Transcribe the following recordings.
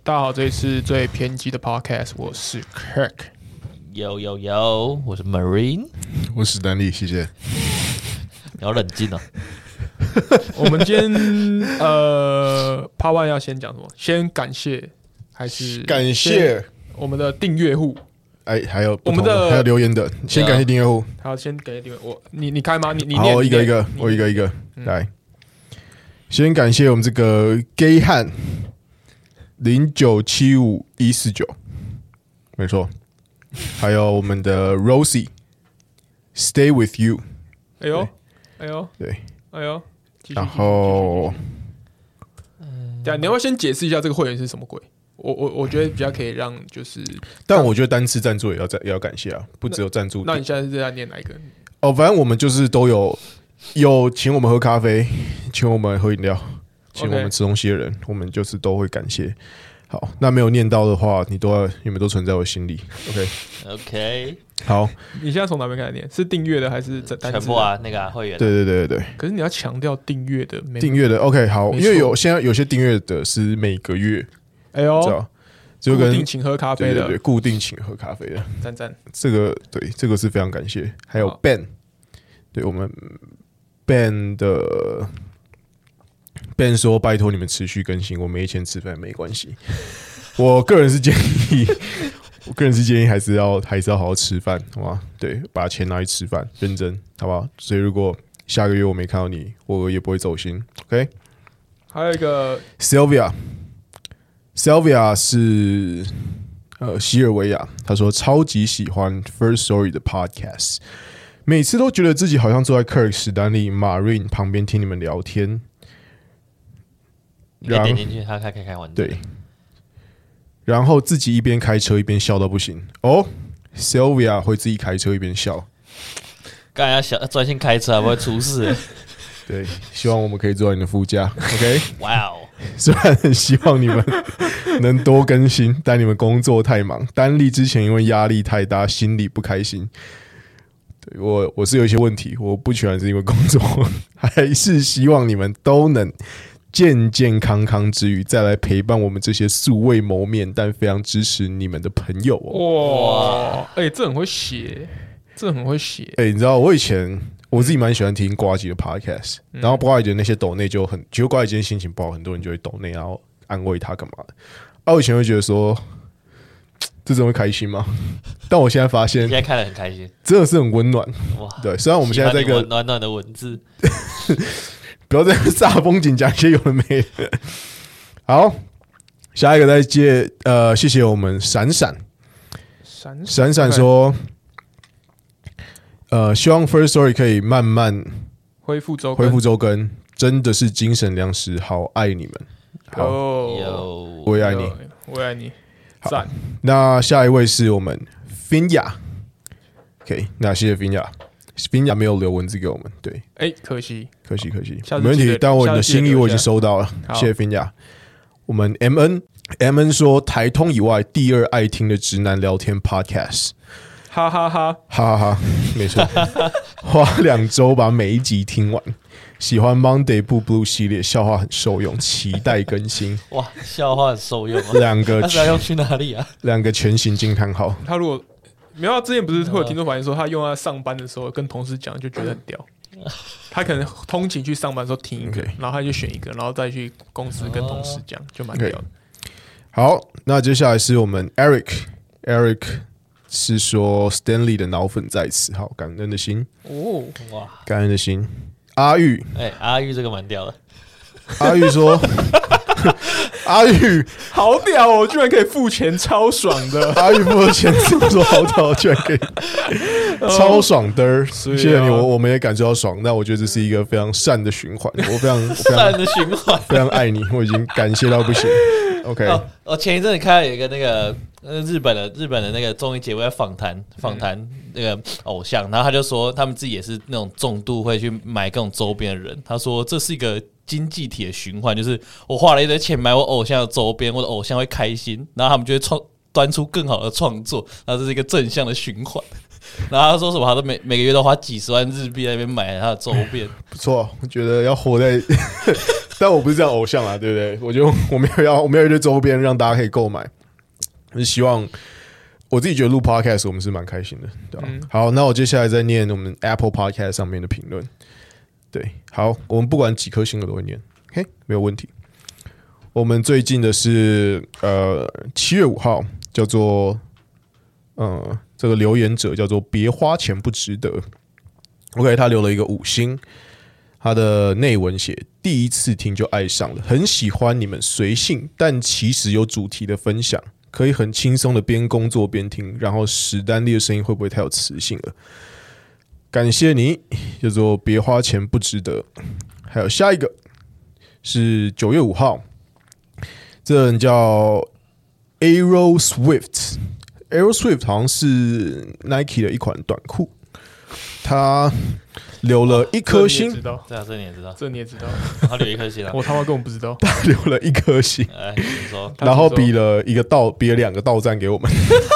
大家好，这里是最偏激的 podcast， 我是 Kirk。 有，我是 Marine， 我是丹利，谢谢。 你要冷静哦。 我们今天Part One 要先讲什么？先感谢还是感谢我们的订阅户？ 哎，还有我们的还有留言的，先感谢订阅户。 好，先感谢订阅。你开吗？你好，一个一个，我一个一个来。先感谢我们这个 Gay 汉0975149，没错。还有我们的 Rosie Stay with you， 哎呦，哎呦， 对， 哎呦， 然后， 你要不要先解释一下这个会员是什么鬼？我觉得比较可以让就是， 但我觉得单次赞助也要感谢啊，不只有赞助。 那你现在是在念哪一个？ 哦，反正我们就是都有请我们喝咖啡，请我们喝饮料，请我们吃东西的人，我们就是都会感谢。好，那没有念到的话，你们都存在我心里。OK， 好。 你现在从哪边开始念？是订阅的还是单全部啊？那个会员。 对。 可是你要强调订阅的， 订阅的 OK 好，因为现在有些订阅的是每个月， 哎呦， 就跟固定请喝咖啡的， 对，固定请喝咖啡的， 赞。 这个是非常感谢。还有 Ben， 对我们 Ben 说拜托你们持续更新，我没钱吃饭没关系。我个人是建议还是要好好吃饭，好吗？对，把钱拿去吃饭，认真，好不好？所以如果下个月我没看到你，我也不会走心。OK， 还有一个 Sylvia 是西尔维亚，他说超级喜欢 First Story 的 Podcast， 每次都觉得自己好像坐在 Kirk、史丹利、Marine 旁边听你们聊天。 你可以点进去，他开完。 对，然后自己一边开车一边笑到不行。哦 ，Sylvia 会自己开车一边笑， 刚才要专心开车，不会出事。 对，希望我们可以坐在你的副驾。OK， 哇哦！ 虽然很希望你们能多更新，但你们工作太忙。丹利之前因为压力太大，心里不开心。对我是有一些问题，我不全然是因为工作，还是希望你们都能健健康康之余，再来陪伴我们这些素未谋面但非常支持你们的朋友哦。哇，这很会写， 你知道我以前我自己蛮喜欢听呱吉的 podcast，然后呱吉的那些抖内就很，其实呱吉今天心情不好，很多人就会抖内，然后安慰他干嘛的。我以前会觉得说，这真会开心吗？但我现在发现， 你现在看得很开心， 真的是很温暖。哇，对，虽然我们现在在一个暖暖的文字。 不要在煞风景讲一些有的没的。好，下一个再接谢谢我们闪闪说，希望 First Story 可以慢慢恢复周更，真的是精神粮食，好爱你们。好，我也爱你， 我也爱你。赞。 那下一位是我们 Finya，OK， 那谢谢 Finya。Finya 没有留文字给我们，对， 可惜， 没问题。但你的心意我已经收到了，谢谢 Finya。我们 MN 说，台通以外第二爱听的直男聊天 Podcast， 哈哈哈，没错，花2周把每一集听完。喜欢 Monday Blue 系列，笑话很受用，期待更新。 哇，笑话很受用啊！ 那是要用去哪里啊 ？2个全形惊叹号。 他如果没有，之前不是会有听众反映说，他用在上班的时候跟同事讲，就觉得很屌。他可能通勤去上班的时候听一个，然后他就选一个，然后再去公司跟同事讲，就蛮屌的。 好，那接下来是我们 Eric 是说 Stanley 的脑粉在此，好，感恩的心。哦，哇，感恩的心。阿玉， 阿玉这个蛮屌的。 阿玉说。阿玉好屌哦，居然可以付钱，超爽的。 阿玉付了钱，说好屌，居然可以超爽的。谢谢你，我们也感受到爽。但我觉得这是一个非常善的循环，我非常善的循环， 非常爱你，我已经感谢到不行。OK， 我前一阵子看到有一个那个日本的那个综艺节目在访谈那个偶像，然后他就说他们自己也是那种重度会去买各种周边的人。他说这是一个经济体的循环，就是我花了一堆钱买我偶像的周边，我的偶像会开心，然后他们就会端出更好的创作，然后这是一个正向的循环。然后他说什么，他都每个月都花几十万日币在那边买他的周边。 不错，我觉得要活在但我不是这样偶像啊，对不对？我没有一堆周边让大家可以购买，我是希望我自己觉得录 podcast 我们是蛮开心的，对吧？好，那我接下来再念我们 Apple Podcast 上面的评论。对，好，我们不管几颗星的都会念 ，OK， 没有问题。我们最近的是7月5号，叫做这个留言者叫做别花钱不值得。OK， 他留了一个5星，他的内文写第一次听就爱上了，很喜欢你们随性但其实有主题的分享，可以很轻松的边工作边听，然后史丹利的声音会不会太有磁性了？感谢你，叫做别花钱不值得。还有下一个是9月5号，这人叫 Aero Swift。Aero Swift 好像是 Nike 的一款短裤，他留了1颗星。 这你也知道， 这你也知道， 他留1颗星啊！ 我他妈根本不知道， 他留了1颗星， 你说， 然后比了2个到站给我们。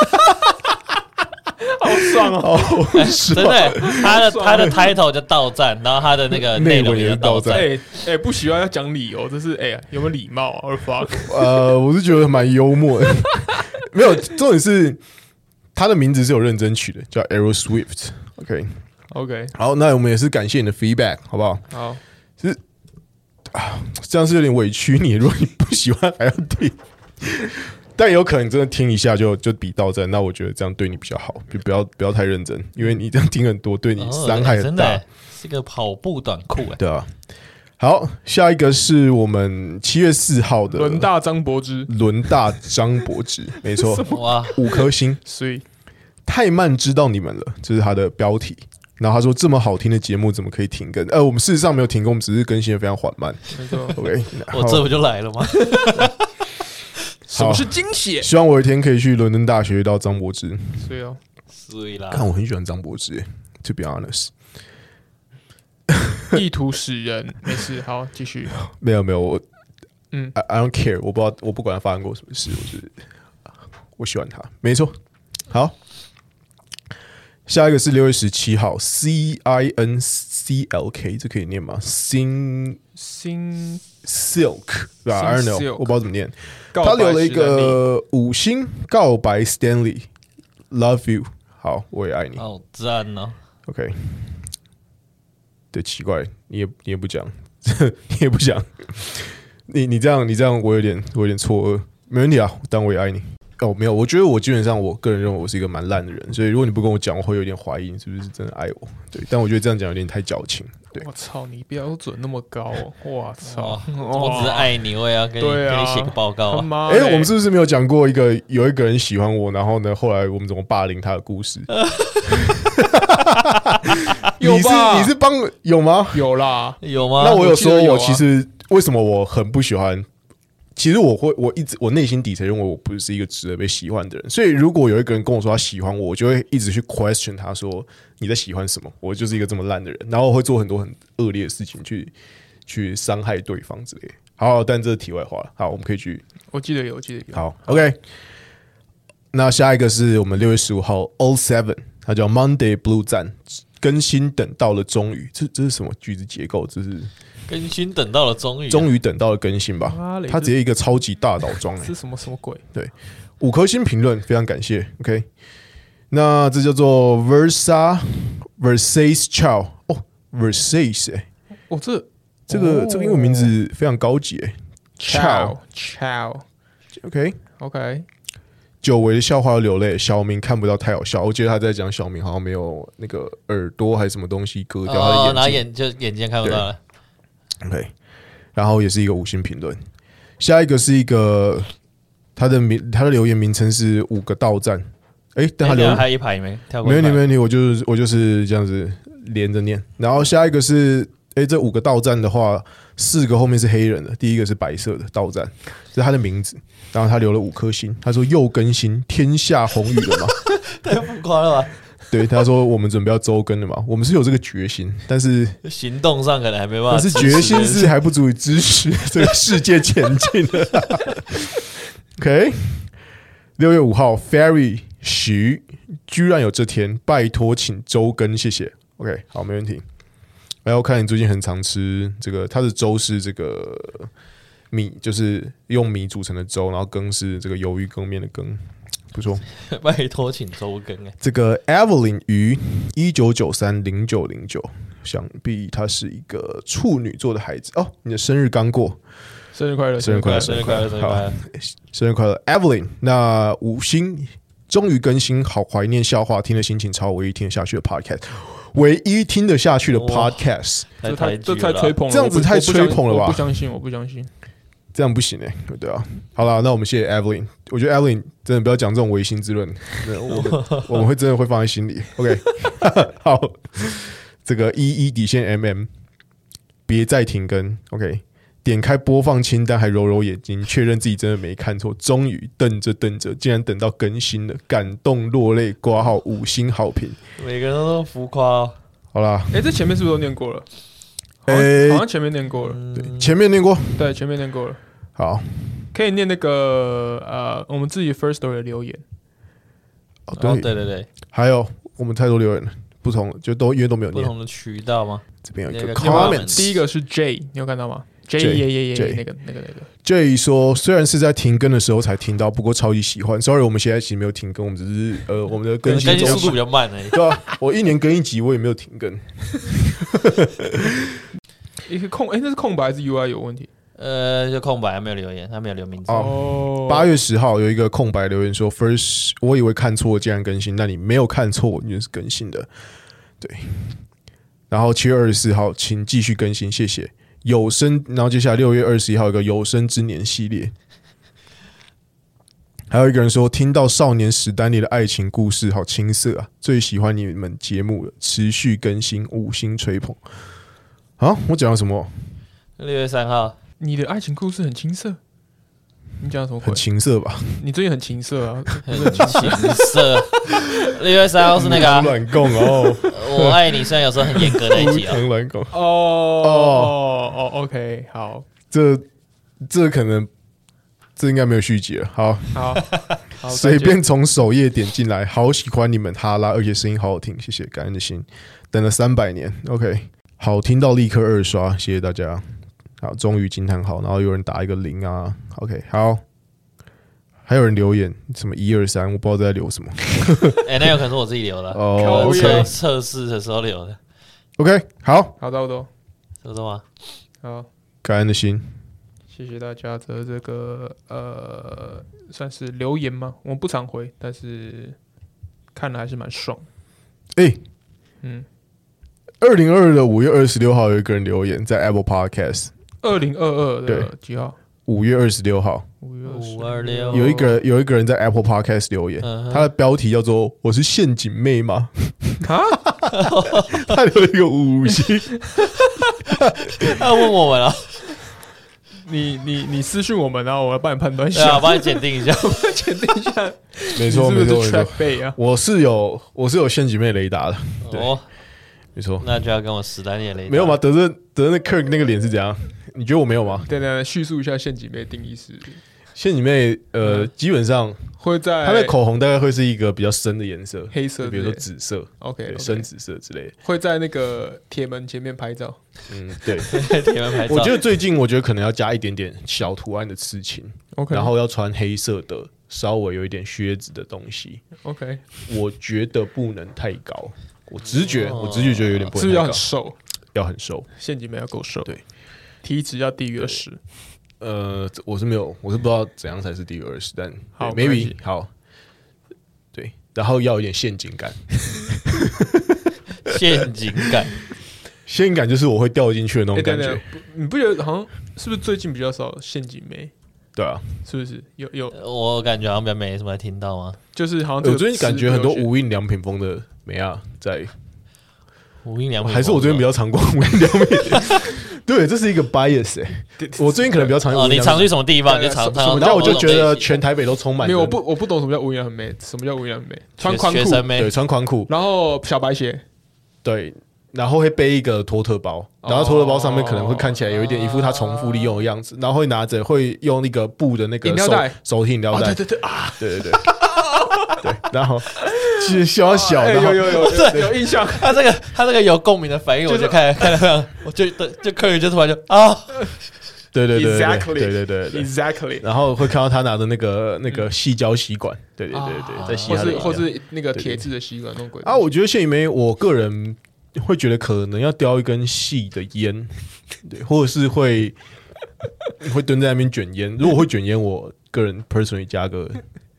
好爽哦！ 真的，他的 title 叫到站，然后他的那个内容也叫到站。 不喜欢要讲理由，这是有没有礼貌啊 ？Or fuck？ 我是觉得蛮幽默的。没有，重点是他的名字是有认真取的，叫 Aero Swift。OK， 好，那我们也是感谢你的 feedback， 好不好？ 好， 就是这样是有点委屈你，如果你不喜欢还要听。但有可能真的听一下就比到站，那我觉得这样对你比较好，就不要太认真，因为你这样听很多，对你伤害很大。 是个跑步短裤对啊。好，下一个是我们7月4号的轮大张柏芝， 没错， 哇 ，5颗星， 所以太慢知道你们了，这是他的标题。然后他说：“这么好听的节目怎么可以停更？”我们事实上没有停更，我们只是更新的非常缓慢。 没错 ，OK， 我这不就来了吗？ 什么是惊喜？ 希望我有一天可以去伦敦大学遇到张柏芝。 对哦， 所以啦， 看我很喜欢张柏芝 ，To be honest， 意图使人，没事，好，继续。 没有，我I don't care， 我不管他发生过什么事，我喜欢他，没错。好，下一个是6月17号 ，CINCLK， 这可以念吗？Silk， 对吧 ？I don't know， 我不知道怎么念。他留了一个5星，告白 Stanley，Love you， 好，我也爱你， 好赞哦。 OK， 对，奇怪，你也不讲，你也不讲，你这样，我有点错愕，没问题啊，但我也爱你。没有，我觉得我基本上我个人认为我是一个蛮烂的人，所以如果你不跟我讲，我会有点怀疑你是不是真的爱我。对，但我觉得这样讲有点太矫情。对， 我操，你标准那么高哦！我操， 我只是爱你，我也要跟你写个报告啊。 我们是不是没有讲过有一个人喜欢我，然后呢，后来我们怎么霸凌他的故事？ 有吧？ 你是帮有吗？ 有啦， 有吗？ 那我有说我其实为什么我很不喜欢？其实我内心底层认为我不是一个值得被喜欢的人，所以如果有一个人跟我说他喜欢我，我就会一直去 question 他说你在喜欢什么？我就是一个这么烂的人，然后我会做很多很恶劣的事情去伤害对方之类的。好，但这是题外话了。好，我们可以去。 我记得有。 好 ，OK。那下一个是我们6月15号 All Seven， 他叫 Monday Blue 赞更新等到了终于，这是什么句子结构？这是。 更新等到了终于等到了更新吧，他直接一个超级大倒装， 是什么鬼？ 对，5颗星评论，非常感谢。OK， 那这叫做 Versace Chow 哦 ，Versace 这个英文名字非常高级 Chow OK， 久违的笑话要流泪，小明看不到太好笑。我记得他在讲小明好像没有那个耳朵还是什么东西割掉他的眼睛， 眼睛看不到了。 OK， 然后也是一个5星评论。下一个是一个他的留言名称是5个到站，但他留还一排没跳过， 没问题，我就是这样子连着念。然后下一个是这5个到站的话，4个后面是黑人的，第一个是白色的到站，这是他的名字。然后他留了5颗星，他说又更新，天下红雨了吗？ 太浮夸了吧？ 对，他说我们准备要周更了嘛，我们是有这个决心，但是行动上可能还没办法。 但是决心是还不足以支持这个世界前进的。OK， 6月5号 ，Ferry 徐居然有这天，拜托请周更，谢谢。OK， 好，没问题。 然后看你最近很常吃这个，它的粥是这个米，就是用米组成的粥，然后羹是这个鱿鱼羹面的羹，不错。 拜托请周更这个 Evelyn 于19930909，想必她是一个处女座的孩子哦。你的生日刚过， 生日快乐， 生日快乐， 生日快乐，生日快乐， 生日快乐 ，Evelyn。那5星终于更新，好怀念笑话，听的心情超，唯一听得下去的 podcast， 唯一听得下去的 podcast， 这太吹捧了， 这样子太吹捧了吧？ 我不相信，我不相信。 这样不行对啊。好啦，那我们谢谢 Evelyn。我觉得 Evelyn 真的不要讲这种唯心之论，我们会真的会放在心里。OK， 好，这个11_MM， 别再停更。OK， 点开播放清单，还揉揉眼睛，确认自己真的没看错。终于等着，竟然等到更新了，感动落泪，挂号5星好评。 每个人都浮夸哦。 好啦， 这前面是不是都念过了？好像前面念过了， 对，前面念过， 对，前面念过了。 好， 可以念那个我们自己 First Story 的留言。 对， 还有我们太多留言了，不同就都因为都没有念不同的渠道吗？ 这边有一个那个 comments， 第一个是 J， 你有看到吗 ？J 那个 J 说，虽然是在停更的时候才听到，不过超级喜欢。Sorry， 我们现在其实没有停更，我们只是我们的更新速度比较慢而已。 对啊，我1年更1集，我也没有停更。 一个那是空白还是 UI 有问题？ 就空白，没有留言，他没有留名字。 8月10号有一个空白留言说 ，First， 我以为看错，竟然更新，那你没有看错，你就是更新的，对。然后7月24号，请继续更新，谢谢。有生，然后接下来6月21号有一个有生之年系列。还有一个人说，听到少年史丹利的爱情故事，好青涩啊！最喜欢你们节目了，持续更新，5星吹捧。啊，我讲了什么 6月3号， 你的爱情故事很青涩。你讲什么？ 很情色吧？ 你最近很情色啊， 很情色。6月3号是那个乱供哦， 我爱你，虽然有时候很严格那一集啊。 乱供 OK， 好， 这可能这应该没有续集了。好，随便从首页点进来，好喜欢你们哈拉，而且声音好好听，谢谢，感恩的心，等了300年。OK， 好听到立刻2刷，谢谢大家。好，终于惊叹号，然后有人打一个0啊 ，OK， 好，还有人留言什么1、2、3，我不知道在留什么。 那有可能是我自己留的哦， 测试的时候留的。 OK， 好， 差不多， 差不多吗？ 好， 感恩的心， 谢谢大家的这个算是留言吗？我们不常回，但是看了还是蛮爽。 2022的5月26号有一个人留言在 Apple Podcast。 2022的几号 ？5月26号。 526 有一个人在 Apple Podcast 留言，他的标题叫做“我是陷阱妹吗？”他留了一个5星。 他问我们啊， 你私讯我们，然后我要帮你判断一下， 对啊，我帮你检定一下， 检定一下， 没错没错没错，我是有陷阱妹雷达的，对，没错， 那就要跟我史丹利雷达。 没有吗？德那 Kirk 那个脸是怎样？你觉得我没有吗？ 对，叙述一下陷阱妹的定义是。 陷阱妹，基本上会在她的口红大概会是一个比较深的颜色， 黑色， 比如说紫色 ，OK， 深紫色之类的。 会在那个铁门前面拍照， 对， 铁门拍照。 我觉得最近可能要加一点点小图案的刺青 ，OK， 然后要穿黑色的，稍微有一点靴子的东西 ，OK。 我觉得不能太高，我直觉觉得有点不能太高， 是不是要很瘦？ 要很瘦， 陷阱妹要够瘦， 对， 体脂要低于20。 我是不知道怎样才是低于20，但好 maybe 好，对，然后要有点陷阱感， 陷阱感就是我会掉进去的那种感觉。 你不觉得好像是不是最近比较少陷阱妹？ 对啊， 是不是有？ 我感觉好像比较没什么听到吗？ 就是好像我最近感觉很多无印良品风的美啊在。 无印良品还是我最近比较常逛无印良品，对，这是一个 bias 我最近可能比较常你常去什么地方就常， 然后我就觉得全台北都充满。 没有，我不懂什么叫无印良品妹，什么叫无印良品妹？穿宽裤， 对，穿宽裤， 然后小白鞋， 对，然后会背一个托特包，然后托特包上面可能会看起来有一点一副它重复利用的样子，然后会用那个布的那个饮料袋， 手提饮料袋， 对啊， 对，对，然后其实小小的， 有印象。 他这个有共鸣的反应，我就看得非常，我就客人就突然就啊， 对 ，exactly， 然后会看到他拿的那个细胶吸管，对，在吸他的饮料， 或是那个铁质的吸管，那种鬼啊。我觉得谢颖梅，我个人会觉得可能要叼一根细的烟，对，或者是会蹲在那边卷烟。如果会卷烟，我个人 personally 加个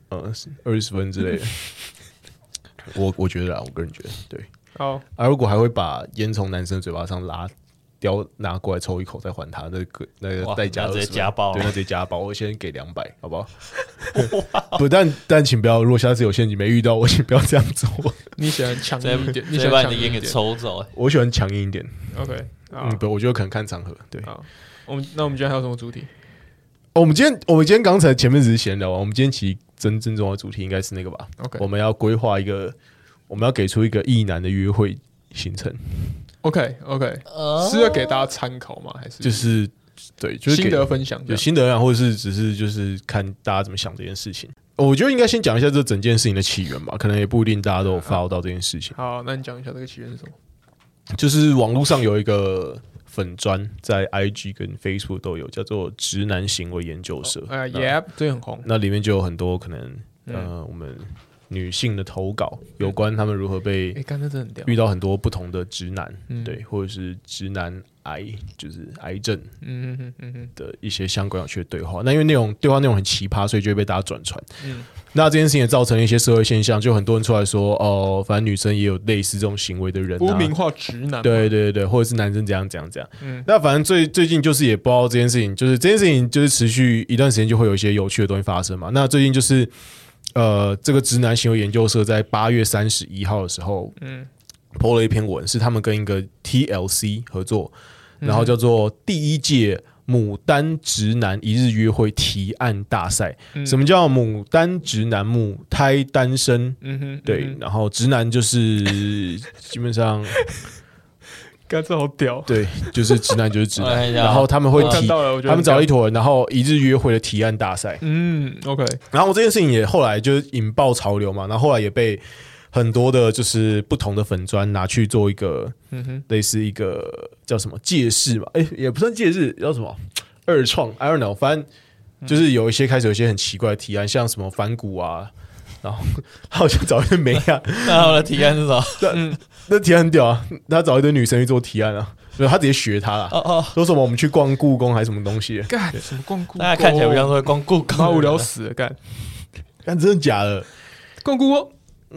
20分之类的。我觉得啦，我个人觉得对。 好啊，如果还会把烟从男生的嘴巴上拿过来抽一口，再还他那个代价， 直接加爆， 对，那直接加爆。我先给200，好不好？不，但请不要，如果下次有陷阱没遇到，我请不要这样做。 你喜欢强硬一点， 你喜欢把你的烟给抽走。 我喜欢强硬一点。 OK， 对，我觉得可能看场合。对， 我们今天还有什么主题？ 我们今天刚才前面只是闲聊完，我们今天其实真正重要的主题应该是那个吧 ？OK， 我们要规划我们要给出一个异男的约会行程。 OK， 是要给大家参考吗？还是就是对，就是心得分享， 有心得分享，或者是只是就是看大家怎么想这件事情。我觉得应该先讲一下这整件事情的起源吧，可能也不一定大家都有 follow 到这件事情。 好，那你讲一下这个起源是什么？ 就是网络上有一个粉专，在 IG 跟 Facebook 都有，叫做直男行为研究社。 这很红。 那里面就有很多可能我们女性的投稿，有关他们如何被遇到很多不同的直男，对，或者是直男癌，就是癌症的一些相关有趣的对话。那因为对话内容很奇葩，所以就会被大家转传。那这件事情也造成了一些社会现象，就很多人出来说，哦，反正女生也有类似这种行为的人， 污名化直男， 对，或者是男生怎样。那反正最近就是也不知道这件事情，就是这件事情就是持续一段时间就会有一些有趣的东西发生嘛。那最近就是这个直男行为研究社在8月31号的时候，po 了一篇文，是他们跟一个 TLC 合作，然后叫做第1届牡丹直男一日约会提案大赛。什么叫牡丹直男？母胎单身，对，然后直男就是基本上。 干这好屌， 对，就是直男就是直男，然后他们会他们找了一坨人，然后一日约会的提案大赛。 OK。 然后这件事情也后来就是引爆潮流嘛，然后后来也被很多的就是不同的粉专拿去做一个类似一个叫什么借势嘛，也不算借势，叫什么二创 ，I don't know， 反正就是开始有一些很奇怪的提案，像什么反骨啊。然后他好像找一堆妹啊， 那我的提案是什么？ 那提案很屌啊！他找一堆女生去做提案啊，他直接学他啦。说什么我们去逛故宫还是什么东西？ 干什么逛故宫？ 大家看起来不像说逛故宫， 妈无聊死了！干真的假的？ 逛故宫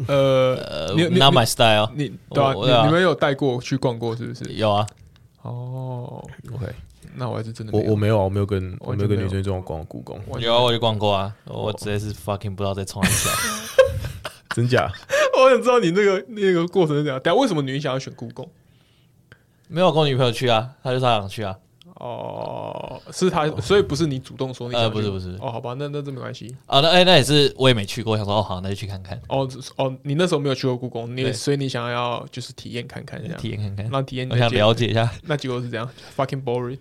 ？Not my style。 你们有带过去逛过是不是？ 有啊。 OK。 那我还是真的我没有啊，我没有跟女生这种逛故宫。 有啊，我就逛过啊，我直接是 fucking 不知道在冲一下。 真假？ 我想知道你那个过程是怎样。但为什么你想要选故宫？ 没有跟我女朋友去啊，她就说她想去啊。 是她，所以不是你主动说你想去？ 不是。 好吧，那这没关系。 那也是我也没去过，想说好，那就去看看。 你那时候没有去过故宫，所以你想要就是体验看看，这样体验看看， 让体验。 我想了解一下。 那结果是这样 ，fucking boring。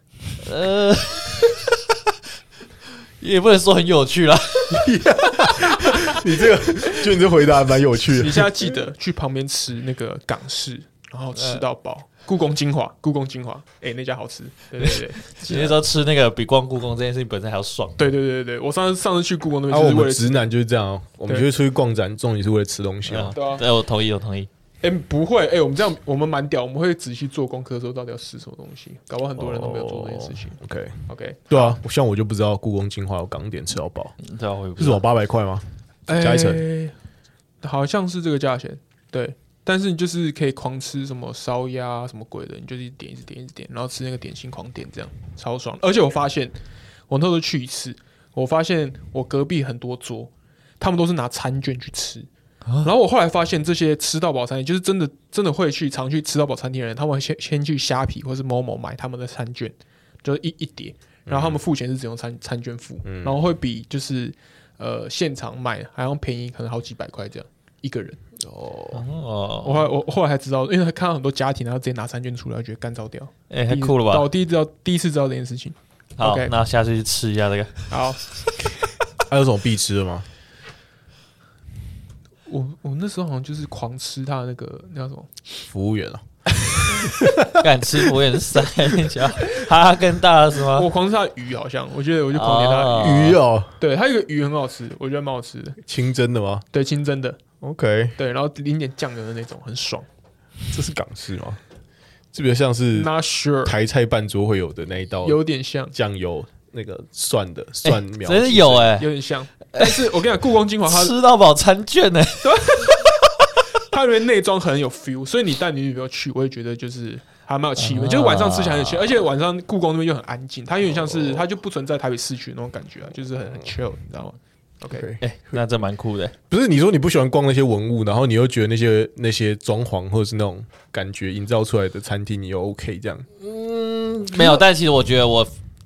也不能说很有趣啦。 你这回答蛮有趣的。 你现在记得去旁边吃那个港式，然后吃到饱。故宫精华，那家好吃。对。 你那时候吃那个比逛故宫这件事情本身还要爽。 对，我上次去故宫那边，我们直男就是这样，我们就是出去逛展，重点是为了吃东西啊。 对，我同意。 不会，我们这样我们蛮屌，我们会仔细做功课，说到底要吃什么东西，搞不好很多人都没有做这件事情。OK， 对啊，像我就不知道故宫精华有港点吃到饱， 对啊， 是什么800块吗？加一层， 好像是这个价钱，对。但是你就是可以狂吃什么烧鸭什么鬼的，你就是一直点，然后吃那个点心狂点，这样超爽。而且我发现，我那时候去一次，我发现我隔壁很多桌，他们都是拿餐券去吃。然后我后来发现，这些吃到饱餐厅，就是真的会常去吃到饱餐厅的人，他们会先去虾皮或是某某买他们的餐券，就是一叠，然后他们付钱是只用餐券付，然后会比就是现场买还要便宜，可能好几百块这样一个人。我后来才知道，因为看到很多家庭，然后直接拿餐券出来，觉得干燥掉。 太酷了吧！ 我第一次知道这件事情。 好，那下次去吃一下这个。 好， 还有什么必吃的吗？ 我那时候好像就是狂吃他的那叫什么服务员啊， 敢吃服务员塞那家哈根达斯吗？ 我狂吃他的鱼，好像我觉得我就狂点他的鱼。 鱼哦， 对，他有一个鱼很好吃，我觉得蛮好吃的。 清蒸的吗对，清蒸的。 ？OK， 对，然后淋点酱油的那种，很爽。 这是港式吗？这比较像是 Not sure， 台菜半桌会有的那一道， 有点像酱油那个蒜苗， 真的有有点像。但是我跟你讲，故宫精华它吃到饱餐券呢， 它里面内装很有 feel， 所以你带你女朋友去，我也觉得就是还蛮有气氛，就是晚上吃起来很有气氛，而且晚上故宫那边又很安静，它有点像是它就不存在台北市区那种感觉啊，就是很 chill， 你知道吗 ？OK， 那这蛮酷的。 不是你说你不喜欢逛那些文物，然后你又觉得那些装潢或者是那种感觉营造出来的餐厅，你又 OK 这样？ 没有，但其实我觉得我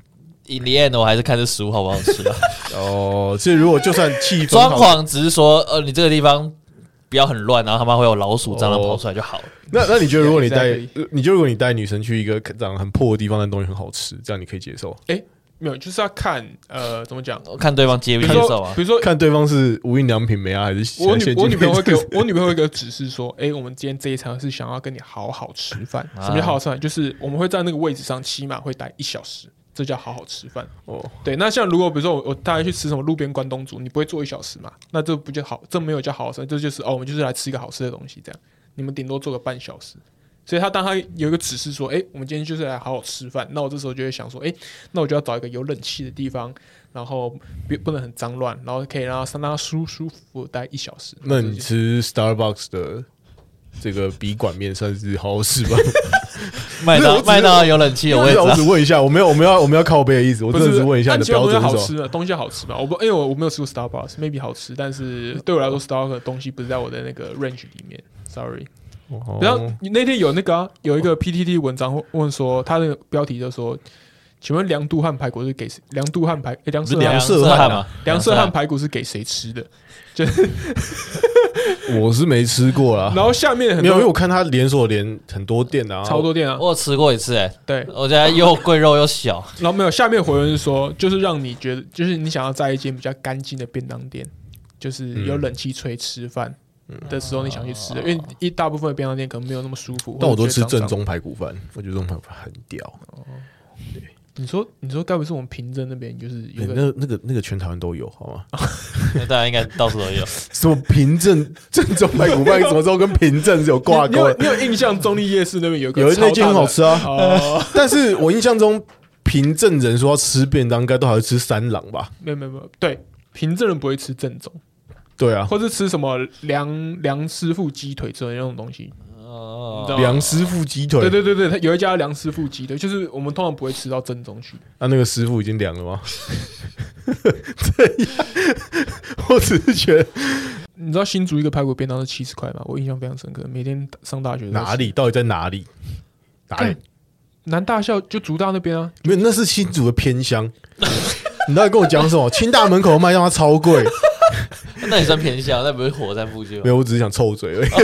in the end 我还是看这食物好不好吃啊。 哦，所以如果就算气氛装潢只是说你这个地方不要很乱，然后他妈会有老鼠、蟑螂跑出来就好了。 那你觉得如果你带 Exactly 你觉得如果你带女生去一个长得很破的地方，但东西很好吃，这样你可以接受？ 没有，就是要看怎么讲， 看对方接不接受啊。 比如说看对方是无印良品没啊，还是我女朋友会给我我女朋友会给我指示说，我们今天这一餐是想要跟你好好吃饭。什么叫好好吃饭？就是我们会在那个位置上起码会待1小时，这叫好好吃饭。 哦， 对，那像如果比如说我带他去吃什么路边关东煮，你不会坐1小时嘛？那这不就好？这没有叫好好吃，这就是我们就是来吃一个好吃的东西，这样你们顶多坐个半小时。所以当他有一个指示说，我们今天就是来好好吃饭，那我这时候就会想说，那我就要找一个有冷气的地方，然后不能很脏乱，然后可以让他舒舒服服待1小时。 那你吃 Starbucks 的这个笔管面算是好好吃吧？ 麦当劳有冷气，我也知道。 我只问一下，我们要靠背的意思，我真的是问一下你的标准是什么？ 东西好吃吗？因为我没有吃过 Starbucks，maybe 好吃，但是对我来说 Starbucks 的东西不是在我的那个 range 里面 ，sorry。然后那天有有一个 PTT 文章问说，他那个标题就说，请问凉杜汉排骨是给谁？凉杜汉排凉色汉嘛？ 凉色汉排骨是给谁吃的？就是我是没吃过啦。 然后下面很多， 没有，因为我看他连锁很多店啊， 超多店啊。 我有吃过一次， 对， 我觉得又贵肉又小。 然后没有，下面回文是说，就是让你觉得，就是你想要在一间比较干净的便当店，就是有冷气吹吃饭的时候，你想去吃的，因为一大部分的便当店可能没有那么舒服。 但我都吃正宗排骨饭，我觉得正宗排骨饭很屌。对， 你说该不是我们平镇那边就是有个那个全台湾都有好吗？ 那当然应该到处都有。 什么平镇正宗排骨饭，什么时候跟平镇是有挂钩的？ 你有印象中立夜市那边有那间很好吃啊。但是我印象中平镇人说要吃便当，应该都还是吃三郎吧？ 没有，对，平镇人不会吃正宗。 对啊， 或是吃什么梁师傅鸡腿之类的那种东西。 梁师傅鸡腿， 对，他有一家梁师傅鸡腿，就是我们通常不会吃到正宗去。 那个师傅已经凉了吗？对呀，我只是觉得， 你知道新竹一个排骨便当是70块吗？我印象非常深刻，每天上大学哪里？到底在哪里？ 南大校就竹大那边啊， 没有，那是新竹的偏乡。你到底跟我讲什么？清大门口卖他妈超贵。 那也算偏向，那不是火山附近吗？ 没有，我只是想臭嘴而已。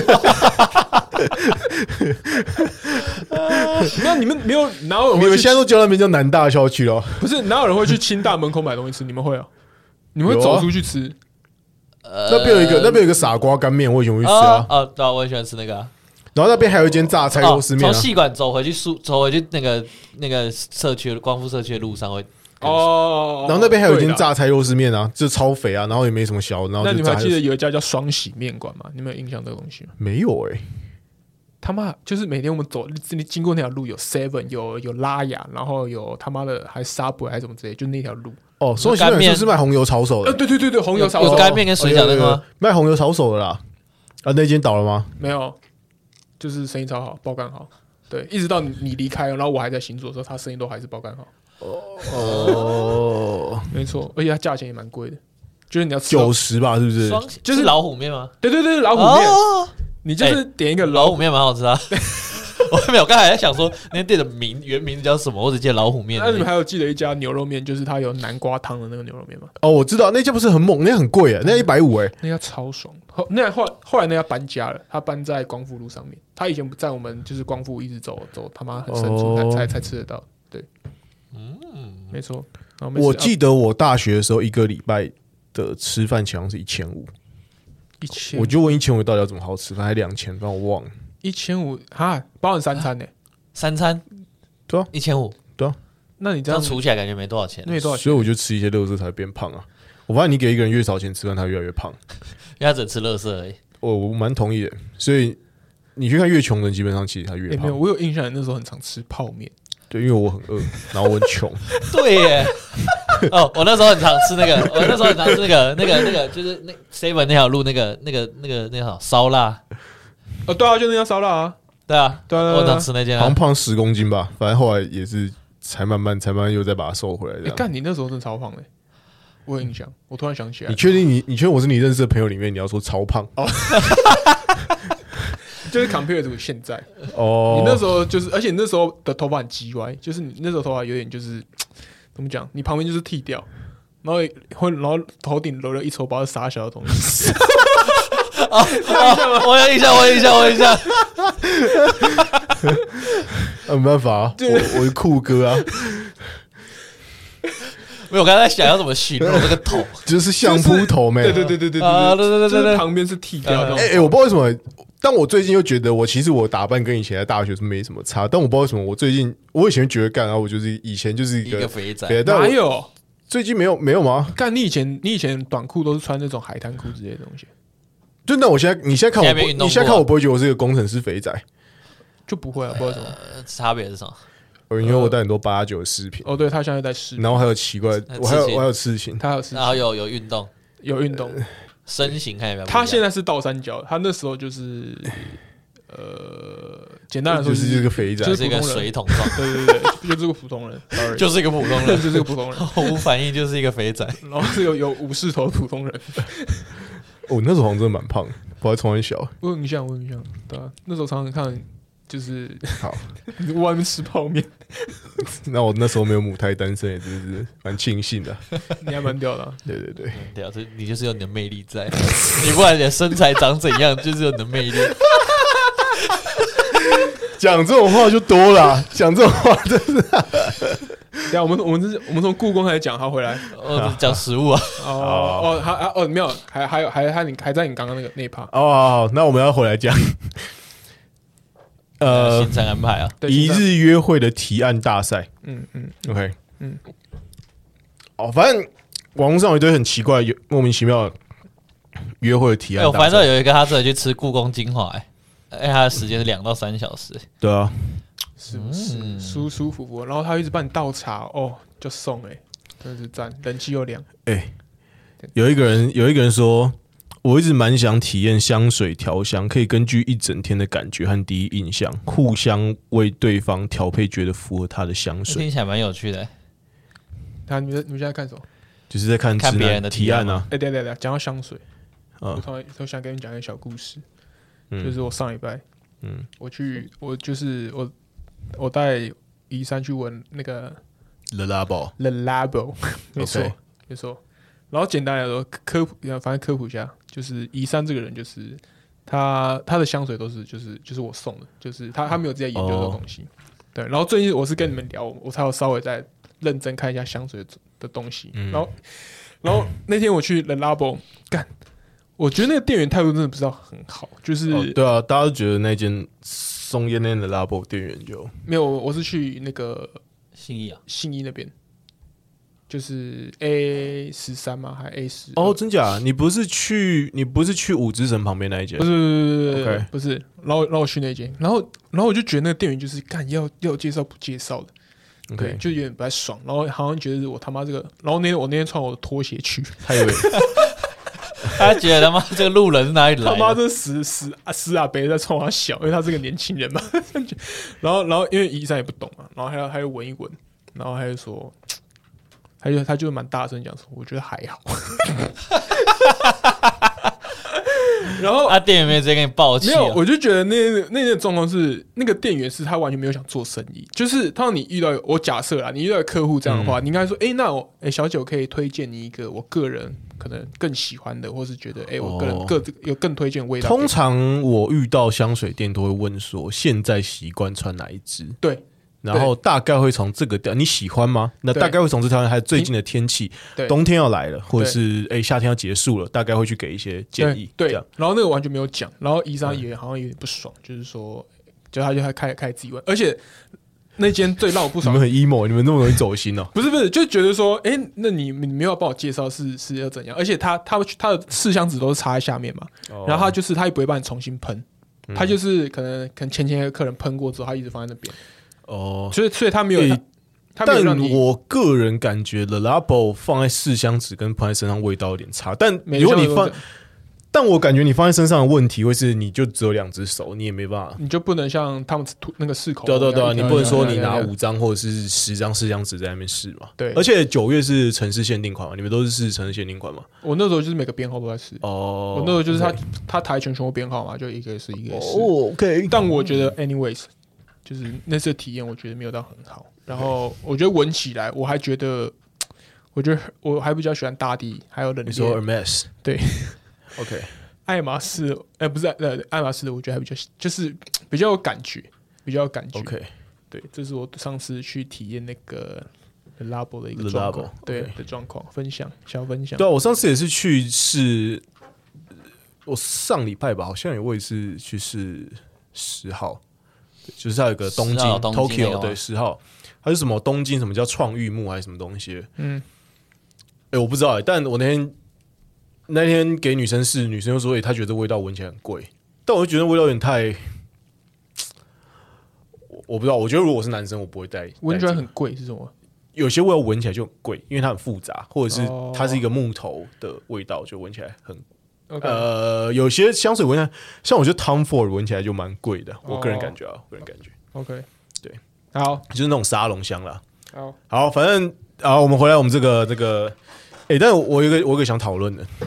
那你们没有哪有人？ 你们现在都叫那边叫南大校区了？ 不是，哪有人会去清大门口买东西吃？你们会啊？你们会走出去吃？ 那边有一个傻瓜干面，我以前会去吃啊。 对啊，我很喜欢吃那个啊。 然后那边还有一间榨菜肉丝面， 从戏馆走回去那个社区光复社区的路上会。 然后那边还有一间榨菜肉丝面啊，就超肥啊，然后也没什么小，然后那你们还记得有一家叫双喜面馆吗？你们有印象这个东西吗？ 没有他妈就是每天我们走经过那条路有 Seven 有拉雅，然后有他妈的还 Subway 还是什么之类，就那条路。 双喜面就是卖红油炒手的。 对，红油炒手有干面跟水饺那个吗？ 卖红油炒手的啦。那间倒了吗？ 没有，就是生意超好，爆肝好。对，一直到你离开，然后我还在新竹的时候，他生意都还是爆肝好。没错，而且它价钱也蛮贵的，就是你要吃 90吧，是不是？ 就是老虎面吗？ 对，老虎面，你就是点一个老虎面蛮好吃啊。我没有，刚才在想说那店的原名字叫什么，我只记得老虎面。 那你们还有记得一家牛肉面，就是它有南瓜汤的那个牛肉面吗？ 我知道那家不是很猛，那家很贵那150 那家超爽。后来那家搬家了，他搬在光复路上面。他以前在我们就是光复一直走他妈很深处才吃得到。对，没错。 我记得我大学的时候，1个礼拜的吃饭钱是1500， 1000， 我就问1500到底要怎么好吃，反正2000，反正我忘了。 1500哈，包含3餐呢、 3餐对啊 ，1500， 对啊， 那你这样除起来感觉没多少钱， 那没多少钱， 所以我就吃一些垃圾才会变胖啊。我发现你给一个人越少钱吃饭，他越来越胖。 因为他只吃垃圾而已。 我蛮同意的，所以你去看越穷人，基本上其实他越胖。 没有，我有印象，那时候很常吃泡面。 对，因为我很饿，然后我很穷。 对耶。哦，我那时候很常吃那个，就是那 Seven 那条路那个叫烧腊。 对啊，就那家烧腊啊。 对啊， 对啊， 我很常吃那间、啊。 好像胖10公斤吧，反正后来也是才慢慢又再把它瘦回来这样。 干，你那时候真的超胖的、我有印象，我突然想起来。 你确定你确定我是你认识的朋友里面你要说超胖？哦， 就是 compare to 现在。 哦， 你那时候就是，而且你那时候的头发很鸡歪，就是你那时候头发有点就是怎么讲？你旁边就是剃掉，然后头顶留了一撮包傻小的东西。 我有印象。 没办法、啊，我是酷哥啊。 没有，我刚才在想要怎么形容这个头， 就是相扑头妹。 对，就是旁边是剃掉的。 我不知道为什么，但我最近又觉得其实我打扮跟以前在大学是没什么差，但我不知道为什么我以前觉得干啊，我就是以前就是一个肥仔， 哪有？ 最近没有吗？ 干，你以前短裤都是穿那种海滩裤之类的东西。 就那你现在看我，你现在看我不会觉得我是一个工程师肥仔， 就不会啊，不知道什么差别是什么？ 因为我带很多889的饰品。 对，他现在在饰品， 然后还有奇怪，我还有刺青， 他还有刺青， 然后有运动，身形看起来。 他现在是倒三角，他那时候就是简单来说就是这个肥仔， 就是一个水桶状， 对，就是个普通人， 就是一个普通人， 就是个普通人， 毫无反应，就是一个肥仔， 然后是有武士头的普通人。 那时候好像真的蛮胖的，不知道从很小。 我有印象，对啊，那时候常常看，就是好外面吃泡面。 那我那时候没有母胎单身，也真是蛮庆幸的。 你还蛮屌的、 对， 屌，你就是有你的魅力在，你不管你的身材长怎样，就是有你的魅力。 讲这种话就多了，讲这种话真是。 等下我们从故宫开始讲，好回来。 讲食物啊。 没有，还在你刚刚那一趴。 好，那我们要回来讲。 行程安排啊， 一日约会的提案大赛。OK，反正网络上有一堆很奇怪、莫名其妙的约会的提案大赛。 我反正有一个他自己去吃故宫精华，他的时间是2到3小时。 对啊， 是不是舒舒服服？然后他一直帮你倒茶，就送真的是赞，人气又凉。 有一个人说，我一直蛮想体验香水调香，可以根据一整天的感觉和第一印象，互相为对方调配觉得符合他的香水。 听起来蛮有趣的。 你们现在看什么？ 就是在看别人的提案啊。 对，讲到香水，我突想跟你讲一个小故事，就是我上礼拜，我带宜山去闻那个 The Labo， 没错。然后简单来说，反正科普一下，就是宜山这个人，就是他的香水都是就是我送的，就是他没有自己在研究这个东西。对，然后最近我是跟你们聊，我才有稍微在认真看一下香水的东西。然后那天我去 The Labo 干，我觉得那个店员态度真的不知道很好，就是对啊，大家都觉得那间松烟那的 Labo 店员就没有，我是去那个信义那边。就是 A13 吗？还 A10？ 真假？你不是去五之神旁边那一间？ 不是。然后我去那间，然后我就觉得那个店员就是干要介绍不介绍的，对，就有点不太爽。然后好像觉得我他妈这个，然后我那天穿我的拖鞋去， 他以为他觉得他妈这个路人是哪里来的？ 他妈这死阿伯在冲他笑，因为他是个年轻人嘛。然后因为宜山也不懂嘛，然后他就闻一闻，然后他就说。他就蛮大声讲说，我觉得还好。然后店员没有直接跟你爆气， 没有，我就觉得那状况是那个店员是他完全没有想做生意，就是当你遇到我假设啦，你遇到客户这样的话，你应该说，那小姐，我可以推荐你一个我个人可能更喜欢的，或是觉得我个人有更推荐的味道。 通常我遇到香水店都会问说，现在习惯穿哪一支？ 对。 然后大概会从这个你喜欢吗？那大概会从这条，还有最近的天气，冬天要来了，或者是夏天要结束了，大概会去给一些建议。 对，然后那个完全没有讲，然后医生也好像有点不爽，就是说，他就开始自己问，而且那间最让我不爽， 你们很 emo， 你们那么容易走心哦？ 不是，就觉得说，那你没有帮我介绍是要怎样？而且他的试香纸都是插在下面嘛，然后他也不会帮你重新喷，他就是可能前一个客人喷过之后，他一直放在那边。所以他没有，但我个人感觉 The Labo 放在试香纸跟喷在身上味道有点差。但如果你但我感觉你放在身上的问题会是，你就只有2只手，你也没办法， 你就不能像他们那个试口。 对，你不能说你拿5张或者是10张试香纸在那边试嘛。对，而且9月是城市限定款嘛，你们都是试城市限定款嘛？我那时候就是每个编号都在试。我那时候就是他台全部编号嘛，就一个试一个试。 OK， 但我觉得 anyways。就是那次的体验，我觉得没有到很好。然后我觉得闻起来，我觉得我还比较喜欢大地，还有冷冽。 你说 Hermes 对 ，OK， 爱马仕，不是爱马仕的，我觉得还比较就是比较有感觉， OK， 对，这是我上次去体验那个 The Labo 的一个状况，对的状况小分享。 对啊，我上次也是去试，我上礼拜吧，好像我也是去试10号。就是它有个东京 Tokyo 对10号，它是什么东京什么叫创玉木还是什么东西？我不知道但我那天给女生试，女生就说她觉得味道闻起来很贵，但我就觉得味道有点太，我不知道，我觉得如果我是男生，我不会带。 闻起来很贵是什么？ 有些味道闻起来就很贵，因为它很复杂，或者是它是一个木头的味道，就闻起来很。有些香水闻起来，像我觉得 Tom Ford 闻起来就蛮贵的，我个人感觉。 OK， 对， 好， 就是那种沙龙香啦。好，反正我们回来我们这个，但是我有一个想讨论的，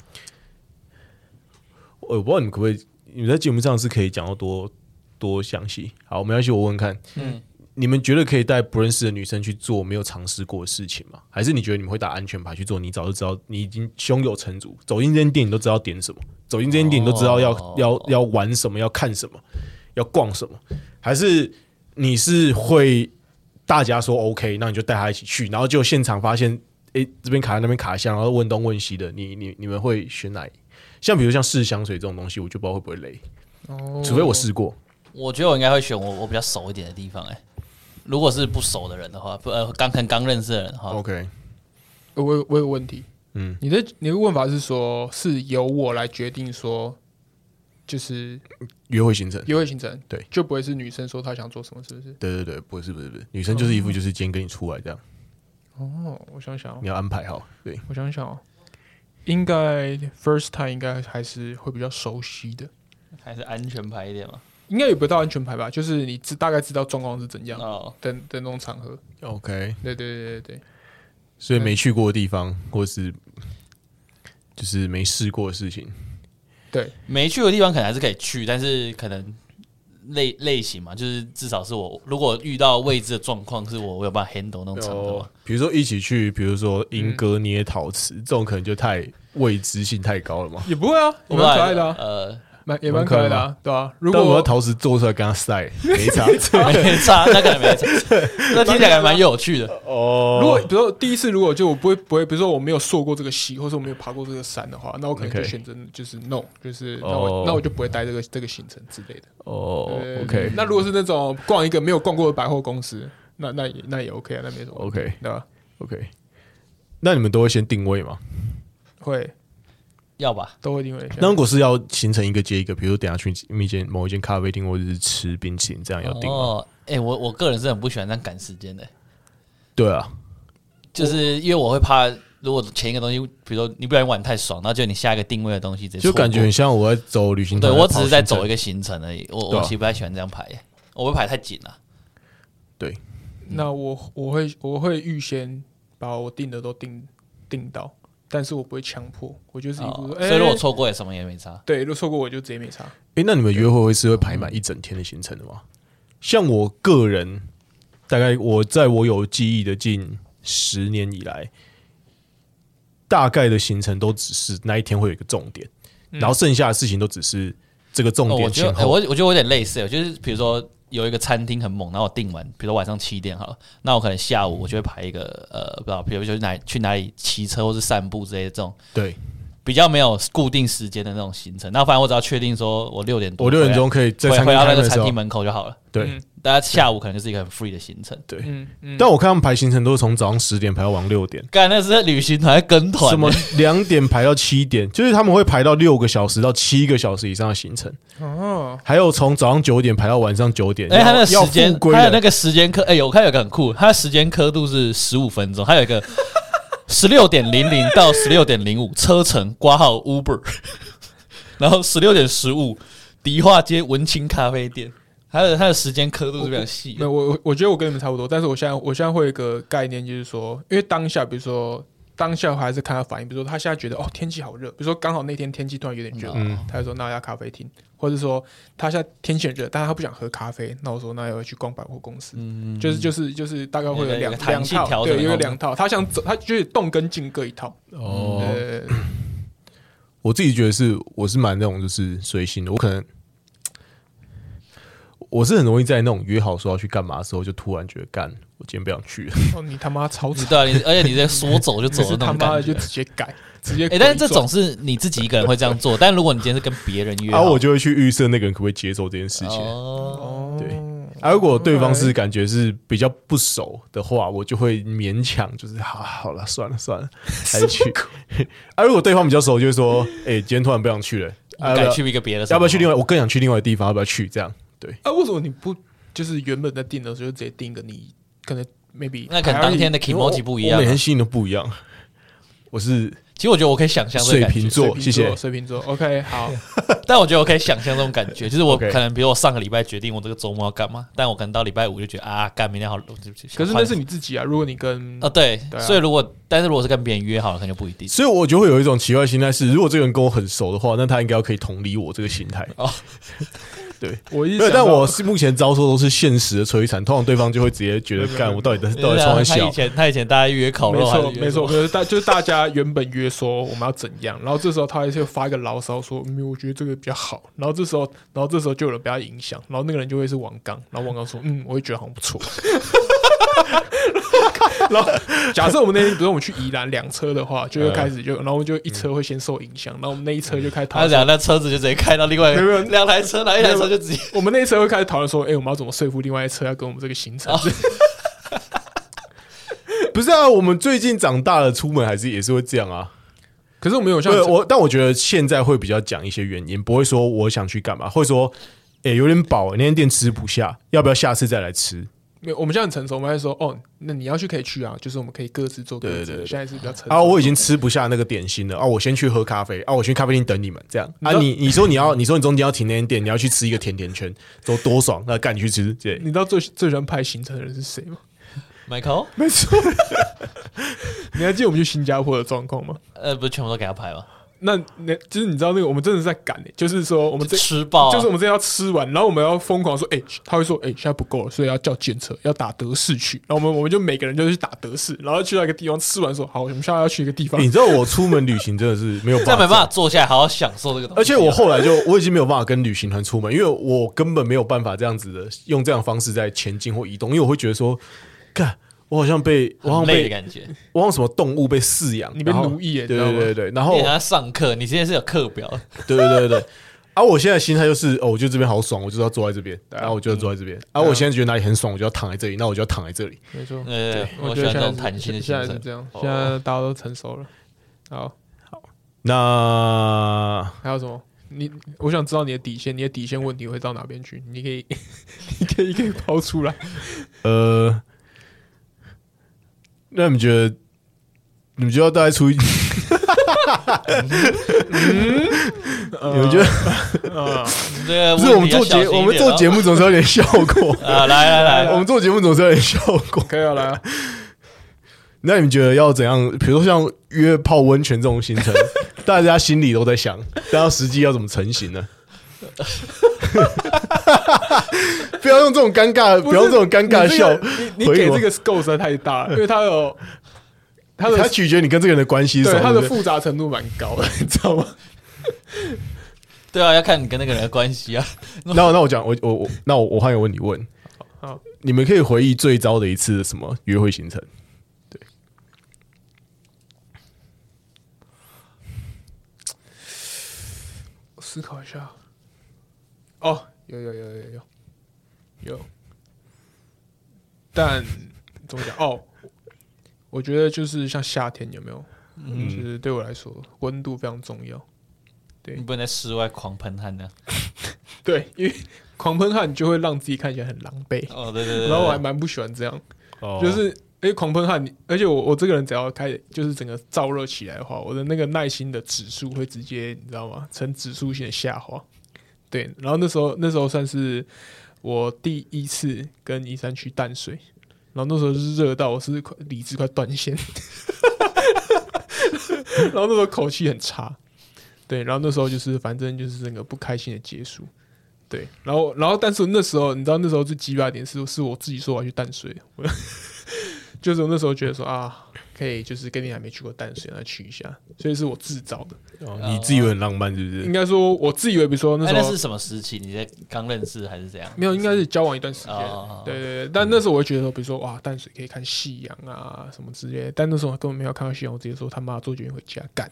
我不知道你们可不可以，你们在节目上是可以讲到多详细。好，没关系，我问看，你们觉得可以带不认识的女生去做没有尝试过的事情吗？还是你觉得你们会打安全牌去做？你早就知道，你已经胸有成竹，走进这间店你都知道点什么，走进这间店你都知道要玩什么，要看什么，要逛什么？还是你是会大家说 OK， 那你就带他一起去，然后就现场发现，这边卡在那边卡箱，然后问东问西的，你们会选哪一？像比如像试香水这种东西，我就不知道会不会累，除非我试过。 我觉得我应该会选我比较熟一点的地方如果是不熟的人的话，刚认识的人的话 ，OK。 我有个问题，你的问法是说，是由我来决定说，就是约会行程， 对，就不会是女生说她想做什么，是不是？ 对，不是，女生就是一副就是今天跟你出来这样。 我想想， 你要安排好，对， 我想想应该 first time 应该还是会比较熟悉的， 还是安全牌一点嘛。 应该也不到安全牌吧，就是你大概知道状况是怎样的那种场合。 OK， 对。 所以没去过的地方，或是就是没试过的事情， 对， 没去过的地方可能还是可以去，但是可能类型嘛，就是至少是我如果遇到未知的状况，是我有办法 handle 那种程度。 比如说一起去，比如说英歌捏陶瓷，这种可能就太未知性太高了嘛。 也不会啊，也蛮可爱的也蛮可爱的对吧？如果我要陶瓷做出来跟他晒，没差， 那可能没差，那听起来还蛮有趣的如果比如说第一次，如果就我不会，比如说我没有受过这个溪，或者我没有爬过这个山的话，那我可能就选择就是 no， 就是那我就不会带这个行程之类的。 OK。 那如果是那种逛一个没有逛过的百货公司，那也 OK 啊，那没什么 OK， 对吧 ？OK。那你们都会先定位吗？ 会。 要吧， 都会定位。 那如果是要形成一个接一个，比如说等下去某一间咖啡厅，或者是吃冰淇淋，这样要定吗？ 我个人是很不喜欢这样赶时间的。 对啊， 就是因为我会怕，如果前一个东西，比如说你不然玩太爽，然后就你下一个定位的东西直接就感觉很像我在走旅行团。 对，我只是在走一个行程而已。我其实不太喜欢这样排，我会排太紧了。 对， 那我会预先把我定的都定到。但是我不会强迫，我就是一步说， 所以如果错过也什么也没差。 对，如果错过我就直接没差。 那你们约会是会排满一整天的行程的吗？像我个人，大概在我有记忆的近10年以来，大概的行程都只是那一天会有一个重点，然后剩下的事情都只是这个重点前后。 我觉得我有点类似，就是比如说有一个餐厅很猛，然后我订完，比如说晚上7点好了，那我可能下午我就会排一个不知道，比如说去哪里骑车或是散步之类的这种， 对， 比较没有固定时间的那种行程。那反正我只要确定说我6点多， 我6点钟可以在餐厅回到那个开的时候餐厅门口就好了。 对， 大家下午可能就是一个很 free 的行程。 对，但我看他们排行程都是从早上10点排到晚上6点， 干那是在旅行团在跟团， 什么2点排到7点，就是他们会排到6个小时到7个小时以上的行程。哦，还有从早上9点排到晚上9点， 他那个时间，还有那个时间刻，我看有个很酷，他的时间刻度是15分钟，还有一个16:00到16:05车程挂号 Uber， 然后16:15迪化街文青咖啡店。它的时间刻度是非常细的。 我觉得我跟你们差不多，但是我现在会有一个概念，就是说，因为当下，比如说当下我还是看他反应，比如说他现在觉得天气好热，比如说刚好那天天气突然有点热，他就说那要咖啡厅，或者说他现在天气很热，但是他不想喝咖啡，那我说那要去逛百货公司，就是大概会有两套，对，有2套，他想走，他就是动跟静各一套。哦， 我自己觉得我是蛮那种就是随性的，我可能。我是很容易在那种约好说要去干嘛的时候，就突然觉得干，我今天不想去了。 你他妈超惨！ 对，而且你在说走就走的那种感觉， 他妈的就直接改，直接。 但是这种是你自己一个人会这样做，但如果你今天是跟别人约好， 我就会去预设那个人可不可以接受这件事情。哦，对。如果对方是感觉是比较不熟的话，我就会勉强，就是好了，算了，还是去。如果对方比较熟，就会说，今天突然不想去了， 改去一个别的， 要不要去另外？我更想去另外的地方，要不要去？这样。对为什么你不就是原本在订的时候就直接订一个你可能 maybe 那可能当天的 kimochi 不一样， 我每天心情都不一样。 其实我觉得我可以想象这个感觉， 水瓶座，谢谢水瓶座 ，OK 好。 但我觉得我可以想象这种感觉，就是我可能比如我上个礼拜决定我这个周末要干嘛，但我可能到礼拜5就觉得干明天好， 可是那是你自己啊，如果你跟对，所以但是如果是跟别人约好了，可能就不一定。 所以我就会有一种奇怪的心态是，如果这个人跟我很熟的话，那他应该要可以同理我这个心态。对，但我是目前遭受都是现实的摧残，通常对方就会直接觉得干我到底冲他笑。 他以前大家约烤肉， 没错，就是大家原本约说我们要怎样，然后这时候他就发一个牢骚说，我觉得这个比较好，然后这时候就有人被他影响，然后那个人就会是王刚，然后王刚说我会觉得好像不错。然后假设我们那天，比如我们去宜兰2车的话，就会开始然后就一车会先受影响，然后我们那一车就开始讨论， 那车子就直接开到另外2台车，然后1台车就直接， 我们那一车会开始讨论说，我们要怎么说服另外一车要跟我们这个行程？ 不是啊，我们最近长大了，出门也是会这样啊。 可是我没有像但我觉得现在会比较讲一些原因，不会说我想去干嘛，会说有点饱，那间店吃不下，要不要下次再来吃？ 我们现在很成熟，我们会说那你要去可以去啊，就是我们可以各自做各自的。对，现在是比较成熟。 我已经吃不下那个点心了我先去喝咖啡我先去咖啡厅等你们这样你说你中间要停那间店，你要去吃一个甜甜圈，多爽，那干你去吃。 你知道最喜欢排行程的人是谁吗 ？Michael， 没错。你还记得我们去新加坡的状况吗？ 不是全部都给他排吗？ 那就是你知道那个我们真的是在赶就是说我们吃爆就是我们这要吃完，然后我们要疯狂说他会说现在不够了，所以要叫检测，要打德式去，然后我们就每个人就去打德式，然后去到一个地方吃完说好，我们现在要去一个地方。 你知道我出门旅行真的是没有办法， 没办法坐下来好好享受这个东西。 而且我后来我已经没有办法跟旅行团出门，因为我根本没有办法这样子的用这样的方式在前进或移动，因为我会觉得说干。我好像被累的感觉， 我好像什么动物被饲养， 你被奴役耶， 对，然后你还上课，你现在是有课表， 对，我现在心态就是我觉得这边好爽，我就是要坐在这边，然后我就要坐在这边，我现在觉得哪里很爽，我就要躺在这里，那我就要躺在这里， 没错， 我喜欢这种弹性的行程， 现在是这样，现在大家都成熟了，好， 那还有什么？我想知道你的底线问题会到哪边去？你可以抛出来， 那你们觉得大概出你们觉得不是我们做节目总是有点效果来， 我们做节目总是有点效果， 可以来啊。 那你们觉得要怎样？比如说像约泡温泉这种行程，大家心里都在想，但要实际要怎么成型呢？不要用这种尴尬，不要用这种尴尬的笑。 你给这个 scope 实在太大了，因为它取决你跟这个人的关系， 对它的复杂程度蛮高的，你知道吗？ 对啊，要看你跟那个人的关系啊。 那我讲，我换一个问题问， 好， 你们可以回忆最糟的一次什么约会行程？对， 我思考一下。哦，有，但怎么讲？哦，我觉得就是像夏天有没有？就是对我来说，温度非常重要。对， 你不能在室外狂喷汗呢。 对，因为狂喷汗就会让自己看起来很狼狈。 哦，对。 然后我还蛮不喜欢这样，就是狂喷汗，而且我这个人只要就是整个燥热起来的话，我的那个耐心的指数会直接你知道吗？呈指数性的下滑。对，然后那时候算是我第一次跟一山去淡水，然后那时候是热到我是理智快断线，然后那时候口气很差。对，然后那时候就是反正就是整个不开心的结束。对，然后但是那时候你知道那时候最鸡巴点是我自己说我要去淡水，就是我那时候觉得说啊，可以就是跟你还没去过淡水，那去一下，所以是我自找的。 你自以为很浪漫是不是？ 应该说我自以为，比如说那时候那是什么时期？你在刚认识还是怎样？ 没有，应该是交往一段时间。对，但那时候我会觉得说，比如说哇，淡水可以看夕阳啊什么之类的，但那时候我根本没有看到夕阳，我直接说他妈坐捷运回家干。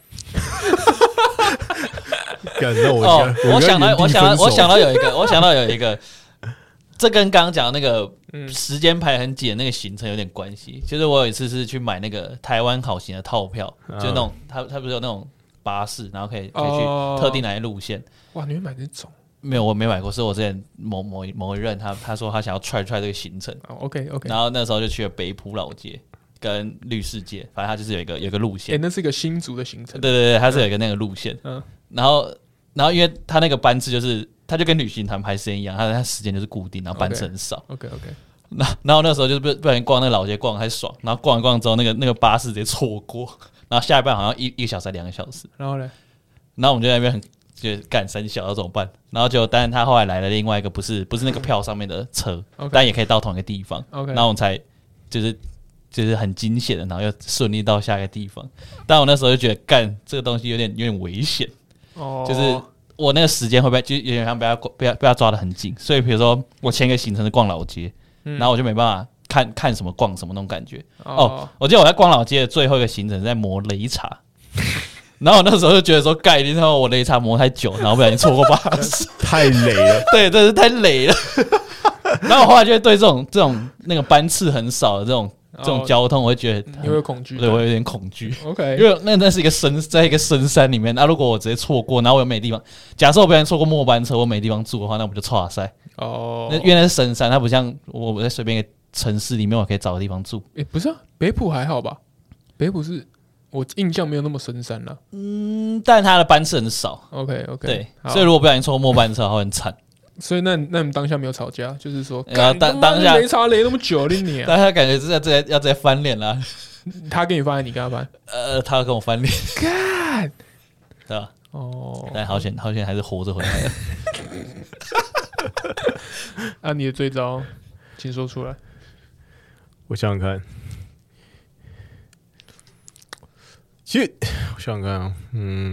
那我想到有一个，这跟刚刚讲的那个时间排很紧的那个行程有点关系。就是我有一次是去买那个台湾好行的套票，就是那种他不是有那种巴士，然后可以去特定哪些路线。 哇，你会买那种？ 没有，我没买过，是我之前某一任他说他想要 try 这个行程。 OK， 然后那时候就去了北埔老街跟绿世界，反正他就是有一个路线。 那是一个新竹的行程。 对，他是有一个那个路线。然后因为他那个班次就是他就跟旅行团排时间一样，他时间就是固定，然后班次很少。 OK。 然后那时候就是不小心逛那个老街逛还爽，然后逛一逛之后，那个巴士直接错过，然后下一班好像1个小时还2个小时。 然后呢？ 然后我们就在那边就干三小要怎么办？然后但是他后来来了另外一个不是那个票上面的车，但也可以到同一个地方。然后我们才就是很惊险的，然后又顺利到下一个地方。但我那时候就觉得干这个东西有点危险。就是我那个时间会不会就有点像被他抓得很紧，所以比如说我前一个行程是逛老街，然后我就没办法看什么逛什么那种感觉。我记得我在逛老街的最后一个行程是在磨擂茶，然后我那时候就觉得说，盖，你知道我擂茶磨太久，然后不小心错过巴士， 太累了。 对，真是太累了。然后我后来就会对这种那个班次很少的这种交通，我会觉得你会有恐惧， 对我有点恐惧。 OK， 因为那是在一个深山里面，如果我直接错过，然后我又没地方，假设我不小心错过末班车，我没地方住的话，那我就错赛。因为那是深山，它不像我在随便一个城市里面，我可以找个地方住。 不是啊，北埔还好吧？北埔是我印象没有那么深山了。 但它的班次很少。 OK， 对，所以如果不小心错过末班车，会很惨。 所以那你们当下没有吵架，就是说， 当下擂茶擂那么久了你， 当下感觉是要直接翻脸啦。 他跟你翻脸，你跟他翻？ 他跟我翻脸， 干， 对吧？但好险还是活着回来了。 啊，你的最糟，请说出来。 我想想看，其实我想想看啊，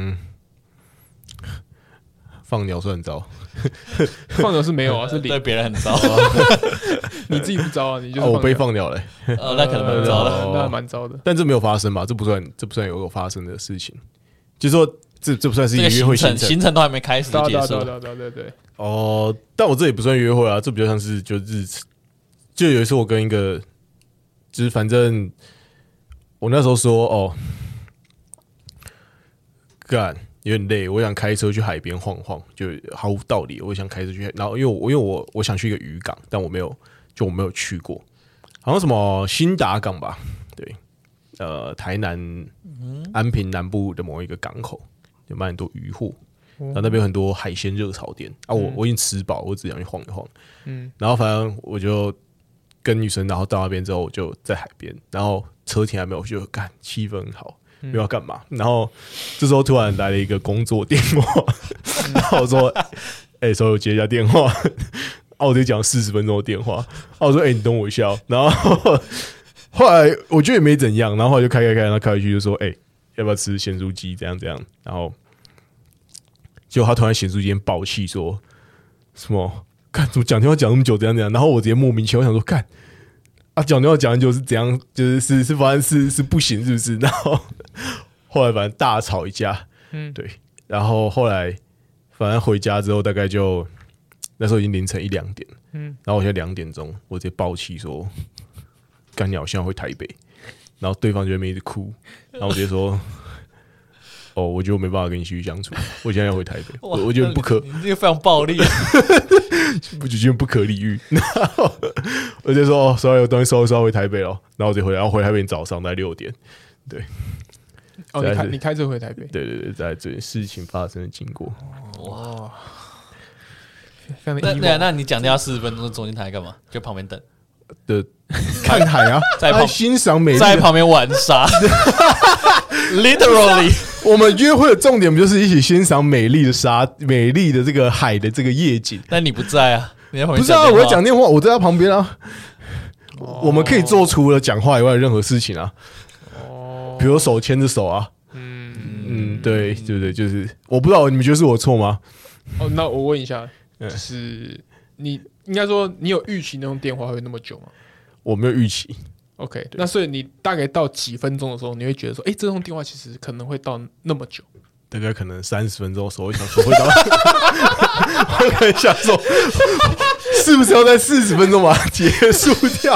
放鸟算很糟。 放鸟是没有啊，是零。 对别人很糟啊， 你自己不糟啊，你就是我被放鸟了。 那可能蛮糟的， 那蛮糟的。 但这没有发生吧？这不算有发生的事情。就是说，这不算是一个约会行程都还没开始就结束。 对。 但我这也不算约会啊，这比较像是就有一次我跟一个，就是反正我那时候说干。有点累，我想开车去海边晃晃，就毫无道理。我想开车去，然后因为我想去一个渔港，但我没有去过，好像什么新达港吧，对，台南安平南部的某一个港口，有卖很多渔货，然后那边有很多海鲜热炒店啊。我已经吃饱，我只想去晃一晃，然后反正我就跟女生，然后到那边之后，我就在海边，然后车停还没有，我就干，气氛很好。不知道干嘛，然后这时候突然来了一个工作电话，然后我说：“所以我接一下电话。”我直接讲40分钟的电话，我说：“你等我一下。”然后后来我觉得也没怎样，然后后来就开，然后开回去就说：“要不要吃咸酥鸡？怎样？”然后结果他突然显出一点爆气，说什么干怎么讲电话讲那么久，怎样怎样，然后我直接莫名其妙想说干啊讲电话讲很久是怎样，就是反正是不行是不是？然后后来反正大吵一架，对，然后后来反正回家之后大概就那时候已经凌晨1、2点，然后我现在2点钟，我直接爆气说干你好像回台北，然后对方就在那边一直哭，然后我直接说。哦，我觉得我没办法跟你继续相处，我现在要回台北，我觉得不可， 你这个非常暴力， 我觉得不可理喻。然后我就说：“哦，所有东西收一收，回台北了。”然后我就回来，然后回台北早上大概6点，对。 哦，你开车回台北？ 对对对，在这件事情发生的经过。 哇， 那你讲电话40分钟，中间他在干嘛？就旁边等的看海啊，在欣赏美丽， 在旁边玩沙。Literally， 我们约会的重点不就是一起欣赏美丽的沙、美丽的这个海的这个夜景？ 但你不在啊，你在旁边不是啊，我在讲电话，我在他旁边啊。我们可以做除了讲话以外的任何事情啊，比如手牵着手啊，对对对，就是我不知道你们觉得是我错吗？ 哦，那我问一下，就是你应该说你有预期那种电话会那么久吗？ 我没有预期。 OK， 那所以你大概到几分钟的时候，你会觉得说，这通电话其实可能会到那么久？ 大概可能30分钟的时候，我想说会到，我可能想说，是不是要在40分钟把它结束掉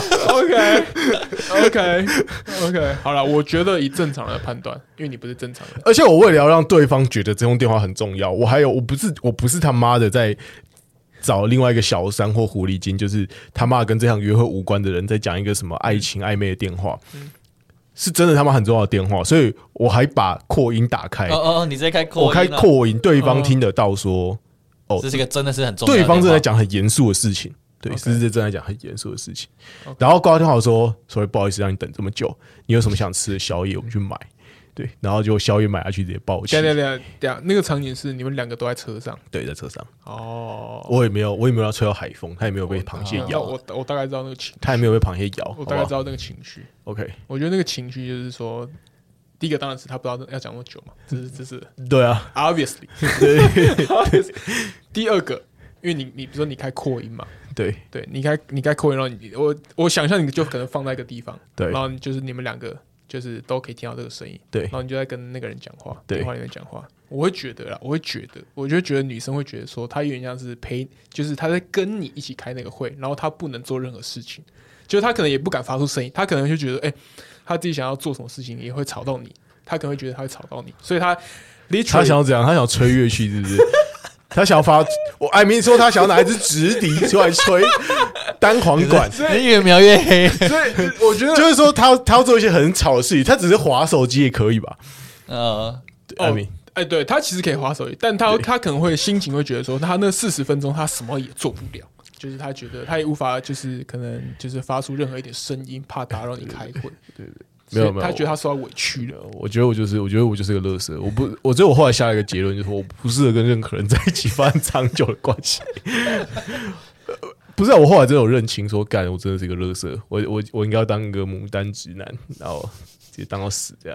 ？OK， 好了，我觉得以正常的判断，因为你不是正常的， 而且我为了要让对方觉得这通电话很重要，我不是他妈的在。找另外一个小三或狐狸精，就是他妈跟这场约会无关的人，在讲一个什么爱情暧昧的电话，是真的他妈很重要的电话，所以我还把扩音打开。 你在开扩音， 我开扩音，对方听得到说， 这是个真的是很重要的对方正在讲很严肃的事情，对，是正在讲很严肃的事情。然后挂电话说 ，sorry， 不好意思让你等这么久，你有什么想吃的宵夜，我们去买。对，然后就宵夜买下去直接爆气。 等，那个场景是你们2个都在车上？ 对，在车上。 哦， 我也没有要吹到海风，他也没有被螃蟹咬。 我大概知道那个情绪， 他也没有被螃蟹咬。 我大概知道那个情绪。 OK， 我觉得那个情绪就是说，第一个当然是他不知道要讲多久嘛，这是对啊 ，obviously， 对。第二个，因为你比如说你开扩音嘛， 对， 你开扩音，然后我想象你就可能放在一个地方， 对， 然后就是你们2个。就是都可以听到这个声音， 对， 然后你就在跟那个人讲话，电话里面讲话。我就觉得女生会觉得说，她有点像是就是她在跟你一起开那个会，然后她不能做任何事情，就是她可能也不敢发出声音，她可能就觉得，她自己想要做什么事情也会吵到你，她可能会觉得她会吵到你，所以她想要怎样？她想吹乐器，是不是？他想要艾明说他想要拿一支直笛出来吹单簧管， 你越描越黑。 所以我觉得就是说他要做一些很吵的事情，他只是滑手机也可以吧？艾明， 对他其实可以滑手机，但他可能会心情会觉得说，他那40分钟他什么也做不了，就是他觉得他也无法就是可能就是发出任何一点声音，怕打扰你开会。对。没有，他觉得他受到委屈了。 我觉得我就是个垃圾。我觉得我后来下了一个结论，就是我不适合跟任何人在一起发生长久的关系。不是，我后来真的有认清说，干，我真的是一个垃圾。我应该要当一个牡丹直男，然后直接当到死这样。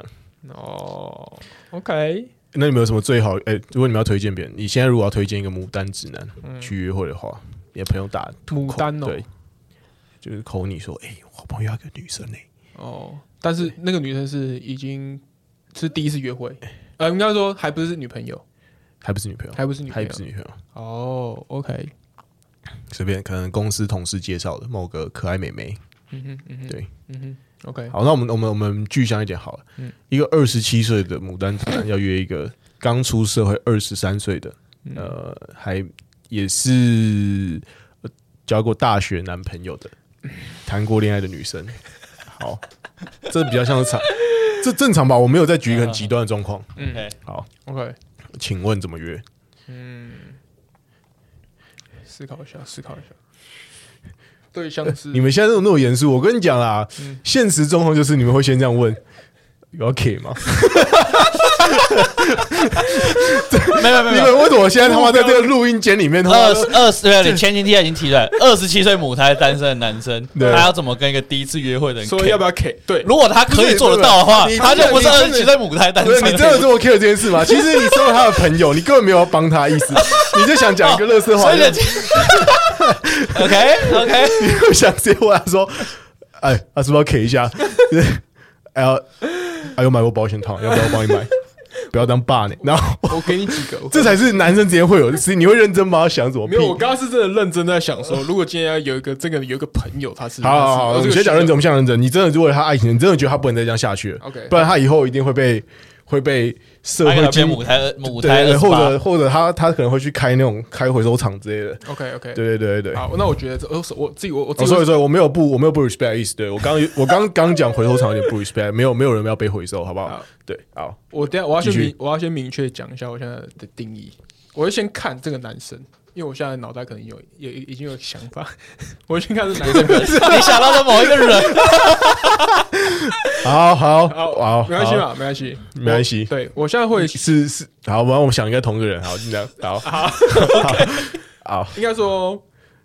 OK。 那你们有什么最好？如果你们要推荐别人，你现在如果要推荐一个牡丹直男去约会的话，你的朋友打牡丹对，就是口你说，我朋友有个女生但是那个女生是已经是第一次约会，应该说还不是女朋友， 还不是女朋友。 OK， 随便可能公司同事介绍的某个可爱妹妹。对 ，OK。 好，那我们具象一点好了。一个27岁的牡丹直男要约一个刚出社会23岁的，还也是交过大学男朋友的，谈过恋爱的女生。好，这比较像是这正常吧？我没有再举一个很极端的状况。好 ，OK， 请问怎么约？ 思考一下。对象是你们现在都那么严肃，我跟你讲啦，现实状况就是你们会先这样问，有要给吗？ 没有， 你们为什么现在他妈在这个录音间里面对，你前情提要已经提出来，27岁母胎单身的男生，他要怎么跟一个第一次约会的人说要不要 K？ 对， 如果他可以做得到的话，他就不是27岁母胎单身。 你真的这么 care 这件事吗？其实你身为他的朋友，你根本没有要帮他的意思，你就想讲一个垃圾话。 OK， 你会想直接问他说：“哎，他是不是要 K 一下？有买过保险套，要不要帮你买？不要当爸呢。”然后我给你几个， 这才是男生之间会有的事。你会认真帮他想什么？ 没有，我刚刚是真的认真在想说，如果今天有一个朋友，他是好，我们先讲认真，我们先讲认真。你真的是为了他爱情，你真的觉得他不能再这样下去了 ？OK， 不然他以后一定会被社会变母胎， 或者他可能会去开回收厂之类的。 OK， 对。 好，那我觉得我自己所以我没有不 respect 的意思。对我刚讲回收厂有点不 respect， 没有人要被回收，好不好？对，好。 我要先明确讲一下我现在的定义。我会先看这个男生，因为我现在脑袋可能已经有想法，我会先看这男生。 你想到了某一个人。 好， 没关系嘛，没关系。对我现在会是好，我们想应该同一个人，好，就这样，好， 应该说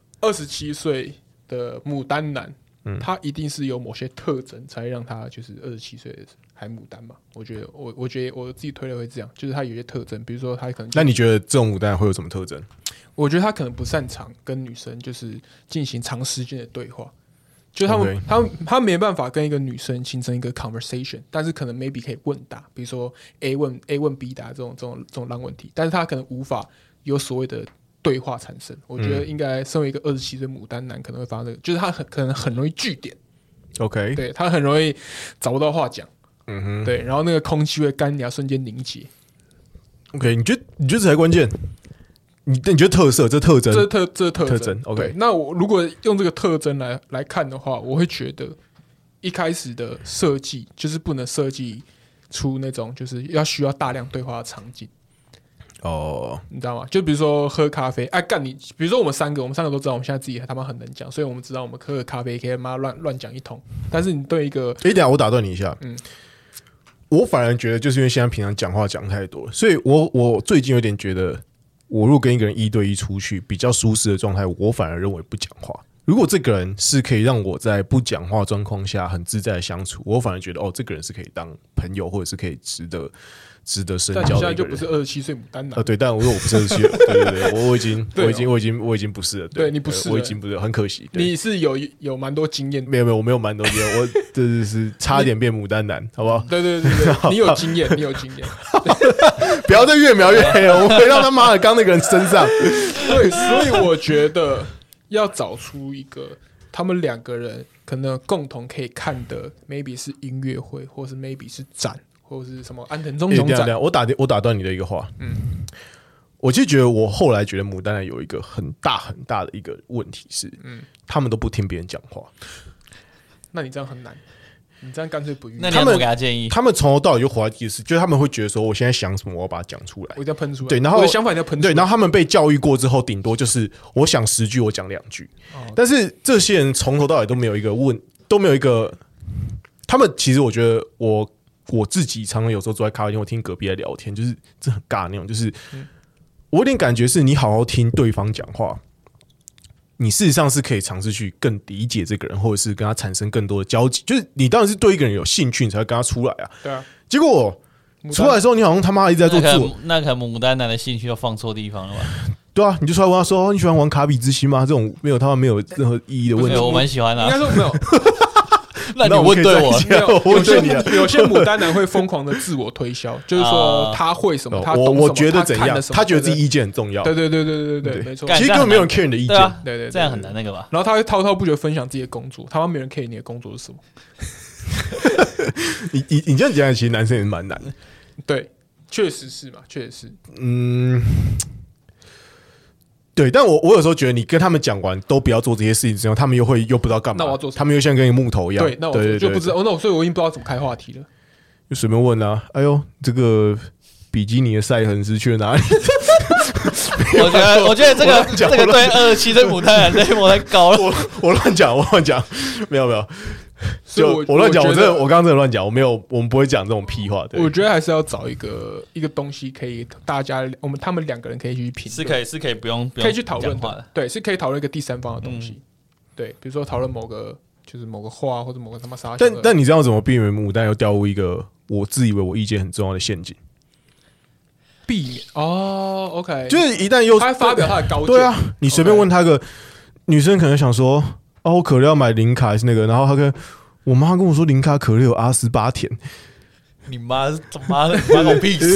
27岁的牡丹男，他一定是有某些特征，才让他就是27岁还牡丹嘛。我觉得我自己推论会这样，就是他有些特征，比如说他可能。 那你觉得这种牡丹会有什么特征？ 我觉得他可能不擅长跟女生就是进行长时间的对话。就他没办法跟一个女生形成一个 conversation， 但是可能 maybe 可以问答，比如说 A 问 B 答这种烂问题，但是他可能无法有所谓的对话产生。我觉得应该身为一个27岁牡丹男可能会发生这个，就是他可能很容易句点 ，OK， 对他很容易找不到话讲，对，然后那个空气会干掉，瞬间凝结。 OK， 你觉得这才关键？你觉得特色这特征？ 这特征 OK。 那我如果用这个特征来看的话，我会觉得一开始的设计就是不能设计出那种就是需要大量对话的场景。你知道吗？就比如说喝咖啡，你比如说我们三个都知道我们现在自己他妈很能讲，所以我们知道我们喝个咖啡可以妈乱讲一通。但是你对一个， 等一下我打断你一下，我反而觉得就是因为现在平常讲话讲太多了，所以我最近有点觉得。我如果跟一个人1对1出去比较舒适的状态，我反而认为不讲话。如果这个人是可以让我在不讲话状况下很自在的相处，我反而觉得这个人是可以当朋友，或者是可以值得深交的一个人。但你现在就不是27岁牡丹男对，但我不是27岁，对，我已经不是了。 对，你不是了， 我已经不是了，很可惜。 你是有蛮多经验的， 没有，我没有蛮多经验，我这是差点变牡丹男，好不好？ 对，你有经验， 不要再越描越黑了，我回到他妈的刚那个人身上。 对，所以我觉得要找出一个他们两个人可能共同可以看的 ，maybe 是音乐会，或是 maybe 是展，或是什么安藤忠雄展。 我打断你的一个话，我就觉得我后来觉得牡丹男有一个很大的一个问题是，他们都不听别人讲话。 那你这样很难。你这样干脆不遇。 那你要怎么给他建议？ 他们从头到尾就活在自己事，就是他们会觉得说，我现在想什么，我要把它讲出来， 我一定要喷出来。 对，然后我的想法一定要喷出来。 对，然后他们被教育过之后，顶多就是我想10句，我讲2句。但是这些人从头到尾都没有一个，他们其实我觉得我自己常常有时候坐在咖啡厅，我听隔壁在聊天，就是这很尬那种，就是我有点感觉是你好好听对方讲话。你事实上是可以尝试去更理解这个人，或者是跟他产生更多的交集。就是你当然是对一个人有兴趣，你才会跟他出来啊。 对啊。 结果出来的时候，你好像他妈一直在做自我。 那可能牡丹男的兴趣又放错地方了吧？ 对啊，你就出来问他说：“你喜欢玩卡比之心吗？”这种他妈没有任何意义的问题。 我蛮喜欢的。 应该说没有。 那你问对我， 有些牡丹男会疯狂的自我推销，就是说他会什么，他懂什么， 我觉得怎样，他觉得自己意见很重要。 对，没错。 其实根本没有人 care 你的意见， 对， 这样很难那个吧。 然后他会滔滔不绝分享自己的工作，他们没人 care 你的工作是什么。 你这样讲，其实男生也蛮难的。 对，确实是嘛，确实是。 对，但我有时候觉得你跟他们讲完都不要做这些事情之后，他们又不知道干嘛。 那我要做什么？ 他们又像跟一个木头一样。 对，那我就不知道。所以我已经不知道怎么开话题了。 就随便问啊，哎呦，这个比基尼的晒痕是去了哪里？ 我觉得这个对27岁牡丹男这一模太高了。 我乱讲，没有。 就我乱讲，我刚刚真的乱讲，我们不会讲这种屁话。 我觉得还是要找一个东西，可以大家他们2个人可以去评论， 是可以不用可以去讨论的，对，是可以讨论一个第三方的东西，对，比如说讨论某个话或者某个他妈啥。 但你知道怎么避免牡丹又掉入一个我自以为我意见很重要的陷阱？ 避免哦 ，OK， 就是一旦又他发表他的高见， 对啊，你随便问他个女生可能想说，哦，我可乐要买零卡还是那个，然后我妈跟我说零卡可乐有阿斯巴甜， 你妈关我屁事！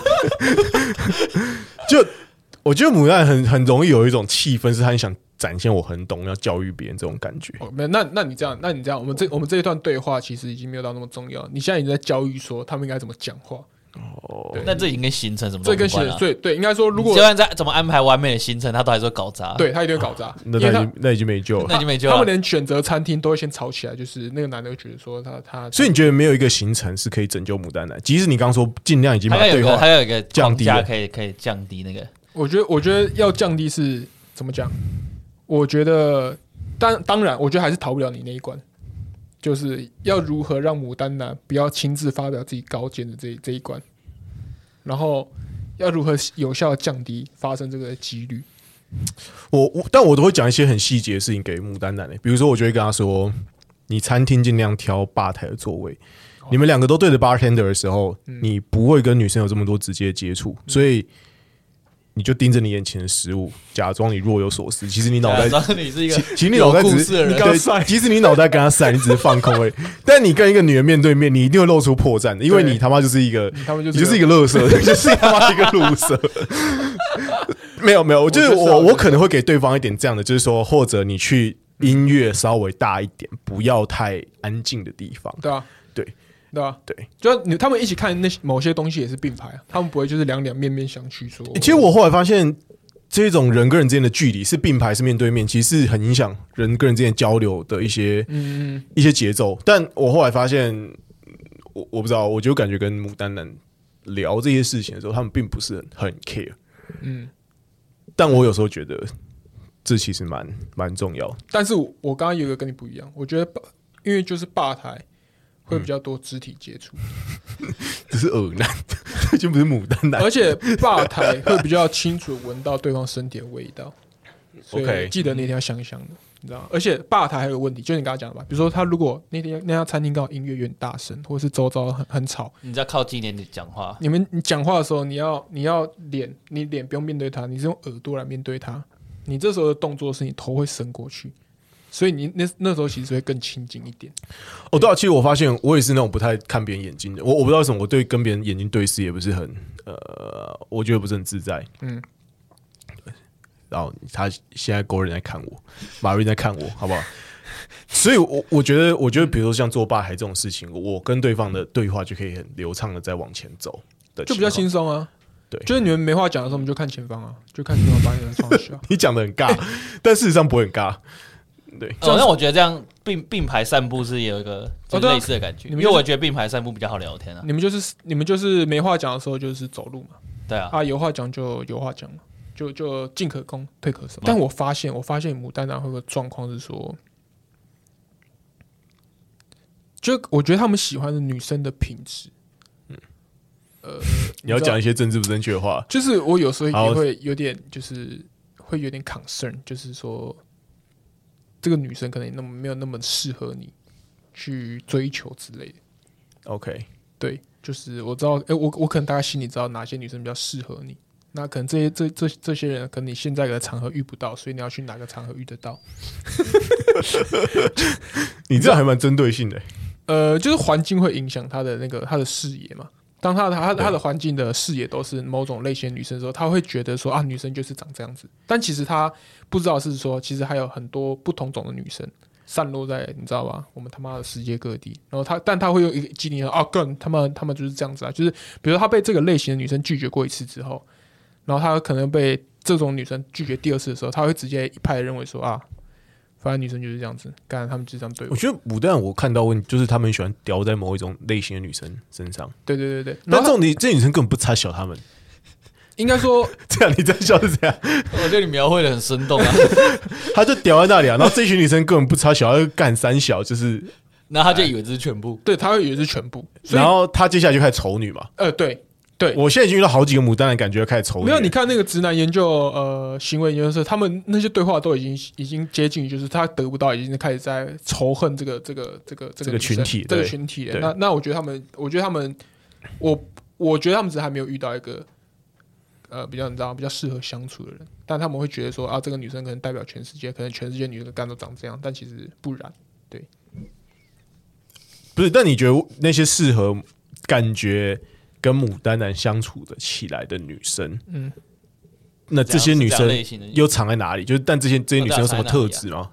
就我觉得牡丹很容易有一种气氛，是他想展现我很懂，要教育别人这种感觉。 没有，那你这样，我们这一段对话其实已经没有到那么重要。你现在已经在教育说他们应该怎么讲话。 哦，那这已经跟行程什么？ 这跟行程对，应该说，如果就算在怎么安排完美的行程，他都还是会搞砸。 对他一定会搞砸， 那已经没救了， 他们连选择餐厅都会先吵起来，就是那个男的会觉得说他。 所以你觉得没有一个行程是可以拯救牡丹男？即使你刚说尽量已经把对话， 还有一个降低可以降低那个。 我觉得要降低是怎么讲？我觉得当然，我觉得还是逃不了你那一关，就是要如何让牡丹男不要亲自发表自己高见的这一关，然后要如何有效降低发生这个几率。 但我都会讲一些很细节的事情给牡丹男比如说我就会跟他说，你餐厅尽量挑吧台的座位，你们2个都对着 bartender 的时候，你不会跟女生有这么多直接接触，所以你就盯着你眼前的食物，假装你若有所思。其实你脑袋， 你是一个其实你脑袋只是你其实你脑袋跟他晒，你只是放空而已。但你跟一个女人面对面，你一定会露出破绽的，因为你他妈就是一个，你就是一个垃圾，你就是他妈一个路色。没有，我可能会给对方一点这样的，就是说，或者你去音乐稍微大一点，不要太安静的地方。 对啊， 对。 对啊， 对， 就他们一起看那某些东西也是并排啊，他们不会就是两面相觑说。 其实我后来发现，这种人跟人之间的距离是并排是面对面，其实是很影响人跟人之间交流的一些节奏。但我后来发现，我不知道，我就感觉跟牡丹男聊这些事情的时候，他们并不是很 care。但我有时候觉得这其实蛮重要的。 但是我刚刚有一个跟你不一样，我觉得因为就是吧台。会比较多肢体接触， 这是恶男，这已经不是牡丹男。 而且吧台会比较清楚闻到对方身体的味道，所以记得那天要香香的，你知道吗？而且吧台还有个问题，就是你刚刚讲的吧，比如说他如果那家餐厅刚好音乐有点大声，或者是周遭很吵， 你在靠近一点你讲话， 你讲话的时候，你要你脸不用面对他，你是用耳朵来面对他，你这时候的动作是你头会伸过去。所以你那时候其实会更亲近一点。 哦，对啊，其实我发现我也是那种不太看别人眼睛的。我不知道为什么，我对跟别人眼睛对视也不是很我觉得不是很自在。然后他现在Gordon在看我，马瑞在看我，好不好？所以我觉得，比如说像做吧台这种事情，我跟对方的对话就可以很流畅的再往前走的， 就比较轻松啊。 对， 就是你们没话讲的时候，我们就看前方啊，就看前方把你们放下。 你讲的很尬，但事实上不会很尬。对， 那我觉得这样并排散步是有一个类似的感觉，因为我觉得并排散步比较好聊天啊。 你们就是没话讲的时候就是走路嘛， 对啊， 有话讲就有话讲嘛，就进可攻退可守。但我发现牡丹男会有个状况是说，就我觉得他们喜欢的女生的品质， 你要讲一些政治不正确的话， 就是我有时候也会有点就是会有点 concern， 就是说。这个女生可能没有那么适合你去追求之类的。 OK， 对，就是我知道，我可能大概心里知道哪些女生比较适合你。那可能这些人，可能你现在的场合遇不到，所以你要去哪个场合遇得到？ 你这样还蛮针对性的。 就是环境会影响他的视野嘛。当他的环境的视野都是某种类型的女生的时候，他会觉得说啊，女生就是长这样子。但其实他不知道是说，其实还有很多不同种的女生散落在你知道吧？我们他妈的世界各地。然后但他会用一个激励啊，干他们就是这样子啊。就是比如说他被这个类型的女生拒绝过一次之后，然后他可能被这种女生拒绝第二次的时候，他会直接一派的认为说啊。反正女生就是这样子，刚才他们就是这样对我。 我觉得牡丹我看到问题就是他们喜欢叼在某一种类型的女生身上。 对。 但这些女生根本不差小他们。 应该说这样，你在笑是这样？ 我觉得你描绘的很生动啊。 他就叼在那里啊，然后这群女生根本不差小，要干三小，就是然后他就以为这是全部， 对，他会以为是全部， 然后他接下来就开始丑女嘛。 对， 我现在已经遇到好几个牡丹的感觉开始丑女。 没有，你看那个直男研究行为研究社，他们那些对话都已经接近于，就是他得不到，已经开始在仇恨这个群体，这个群体了。那我觉得他们只是还没有遇到一个比较适合相处的人，但他们会觉得说啊，这个女生可能代表全世界，可能全世界女生干都长这样，但其实不然。对， 不是，但你觉得那些适合感觉跟牡丹男相处的起来的女生，那这些女生又藏在哪里？就是但这些女生有什么特质吗？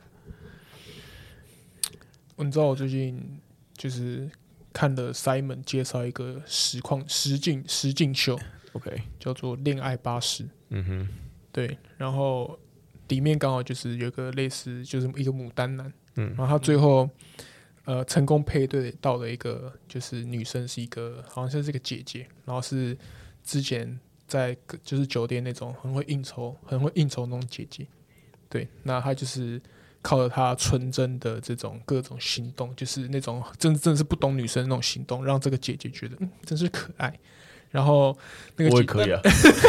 你知道我最近就是看了 Simon 介绍一个实境秀 ，OK， 叫做《恋爱巴士》。对，然后里面刚好就是有个类似就是一个牡丹男，然后他最后成功配对到的一个就是女生是一个好像是一个姐姐，然后是之前在就是酒店那种很会应酬那种姐姐。对，那她就是靠着她纯真的这种各种行动，就是那种真的是不懂女生的那种行动，让这个姐姐觉得真是可爱。然后那个我也可以啊。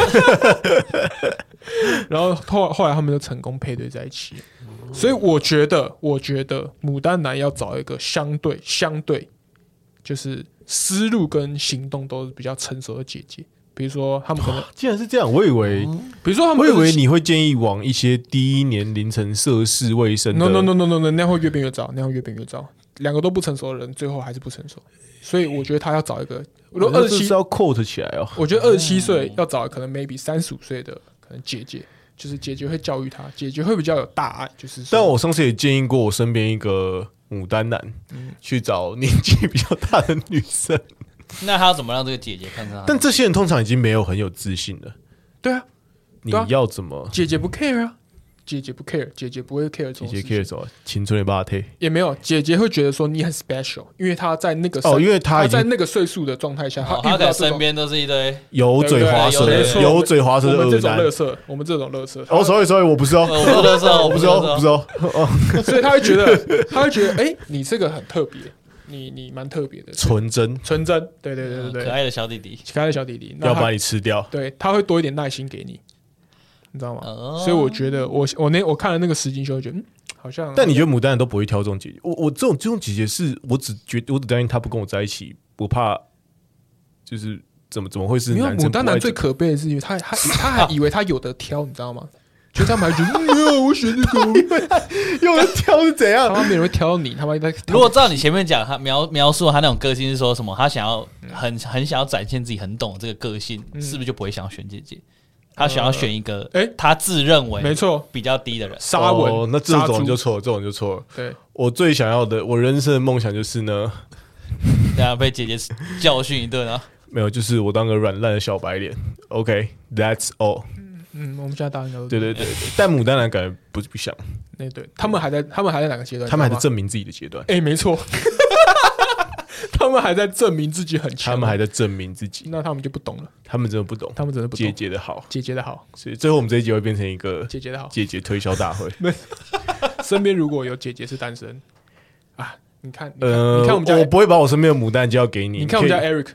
然后后来他们就成功配对在一起。所以我觉得牡丹男要找一个相对就是思路跟行动都是比较成熟的姐姐，比如说他们可能既然是这样，我以为比如说我以为你会建议往一些第一年凌晨涉世未深的 no， 那样会越变越糟，两个都不成熟的人最后还是不成熟，所以我觉得他要找一个，我说27 是要 quote 起来哦。 我觉得27岁要找可能 maybe 35岁的可能姐姐。就是姐姐会教育他，姐姐会比较有大爱。就是， 但我上次也建议过我身边一个牡丹男，去找年纪比较大的女生。 那他要怎么让这个姐姐看上他？ 但这些人通常已经没有很有自信了。 对啊， 你要怎么？ 姐姐不 care 啊，姐姐不 care， 姐姐不会 care 这种事情。 姐姐 care 什么？青春的巴特也没有，姐姐会觉得说你很 special， 因为她在那个因为她在那个岁数的状态下，她可能身边都是一堆油嘴滑舌的恶男。我们这种垃圾。 所以我不是哦， 我不是哦。 所以她会觉得，你这个很特别，你蛮特别的， 纯真， 对， 可爱的小弟弟， 要把你吃掉。 对，他会多一点耐心给你。你知道吗？所以我觉得我看了那个实境秀，觉得好像。 但你觉得牡丹人都不会挑这种姐姐？我这种姐姐是我只担心她不跟我在一起，我怕就是怎么会是男生？ 牡丹男最可悲的是，他还以为他有的挑，你知道吗？就他们还觉得没有，我选这个， 有人挑是怎样？ 他妈没人会挑你，他妈在。 如果照你前面讲，他描述他那种个性是说什么？他想要很想要展现自己很懂这个个性，是不是就不会想要选姐姐？他想要选一个，他自认为没错比较低的人， 沙文， 那这种就错了， 对， 我最想要的，我人生的梦想就是呢， 对啊，被姐姐教训一顿啊， 没有，就是我当个软烂的小白脸。OK，that's all。 我们现在大家都对，但牡丹男感觉不想。 对，他们还在哪个阶段？ 他们还在证明自己的阶段。 没错。他们还在证明自己很强， 他们还在证明自己， 那他们就不懂了。 他们真的不懂，姐姐的好，所以最后我们这一集会变成一个姐姐的好， 姐姐推销大会。 身边如果有姐姐是单身啊，你看我们家， 我不会把我身边的牡丹交给你。 你看我们家 Eric，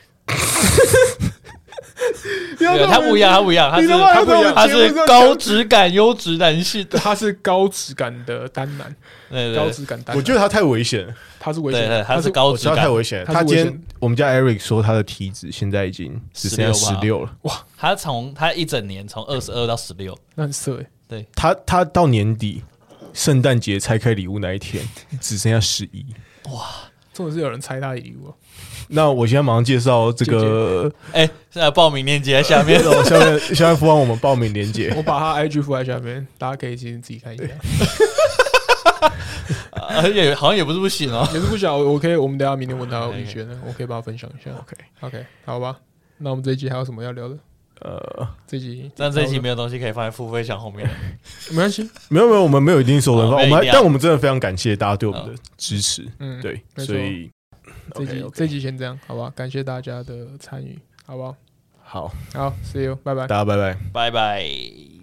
他不一样，他是高质感、优质男性， 他是高质感的单男，高质感单男。 我觉得他太危险了。 他是危险， 他是高质感， 太危险了。他今天我们家 Eric 说他的体脂现在已经只剩下16了。 哇！他一整年从22到16， 那很色哎。 对， 他到年底圣诞节拆开礼物那一天只剩下11。 哇！ 重点是有人拆他的礼物。 那我现在马上介绍这个， 现在报名链接在下面， 下面附上我们报名链接。 我把他 IG 附在下面，大家可以自己看一下。 好像也不是不行哦， 也是不行。我们等一下明天问他有意见的，我可以帮他分享一下。OK， 好吧。那我们这一集还有什么要聊的？这一集没有东西可以放在付费箱后面， 没关系。 没有，我们没有一定说的，但我们真的非常感谢大家对我们的支持。对，所以这集先这样，好吧？感谢大家的参与，好不好？ 好， ，See you， 拜拜， 大家拜拜， 拜拜。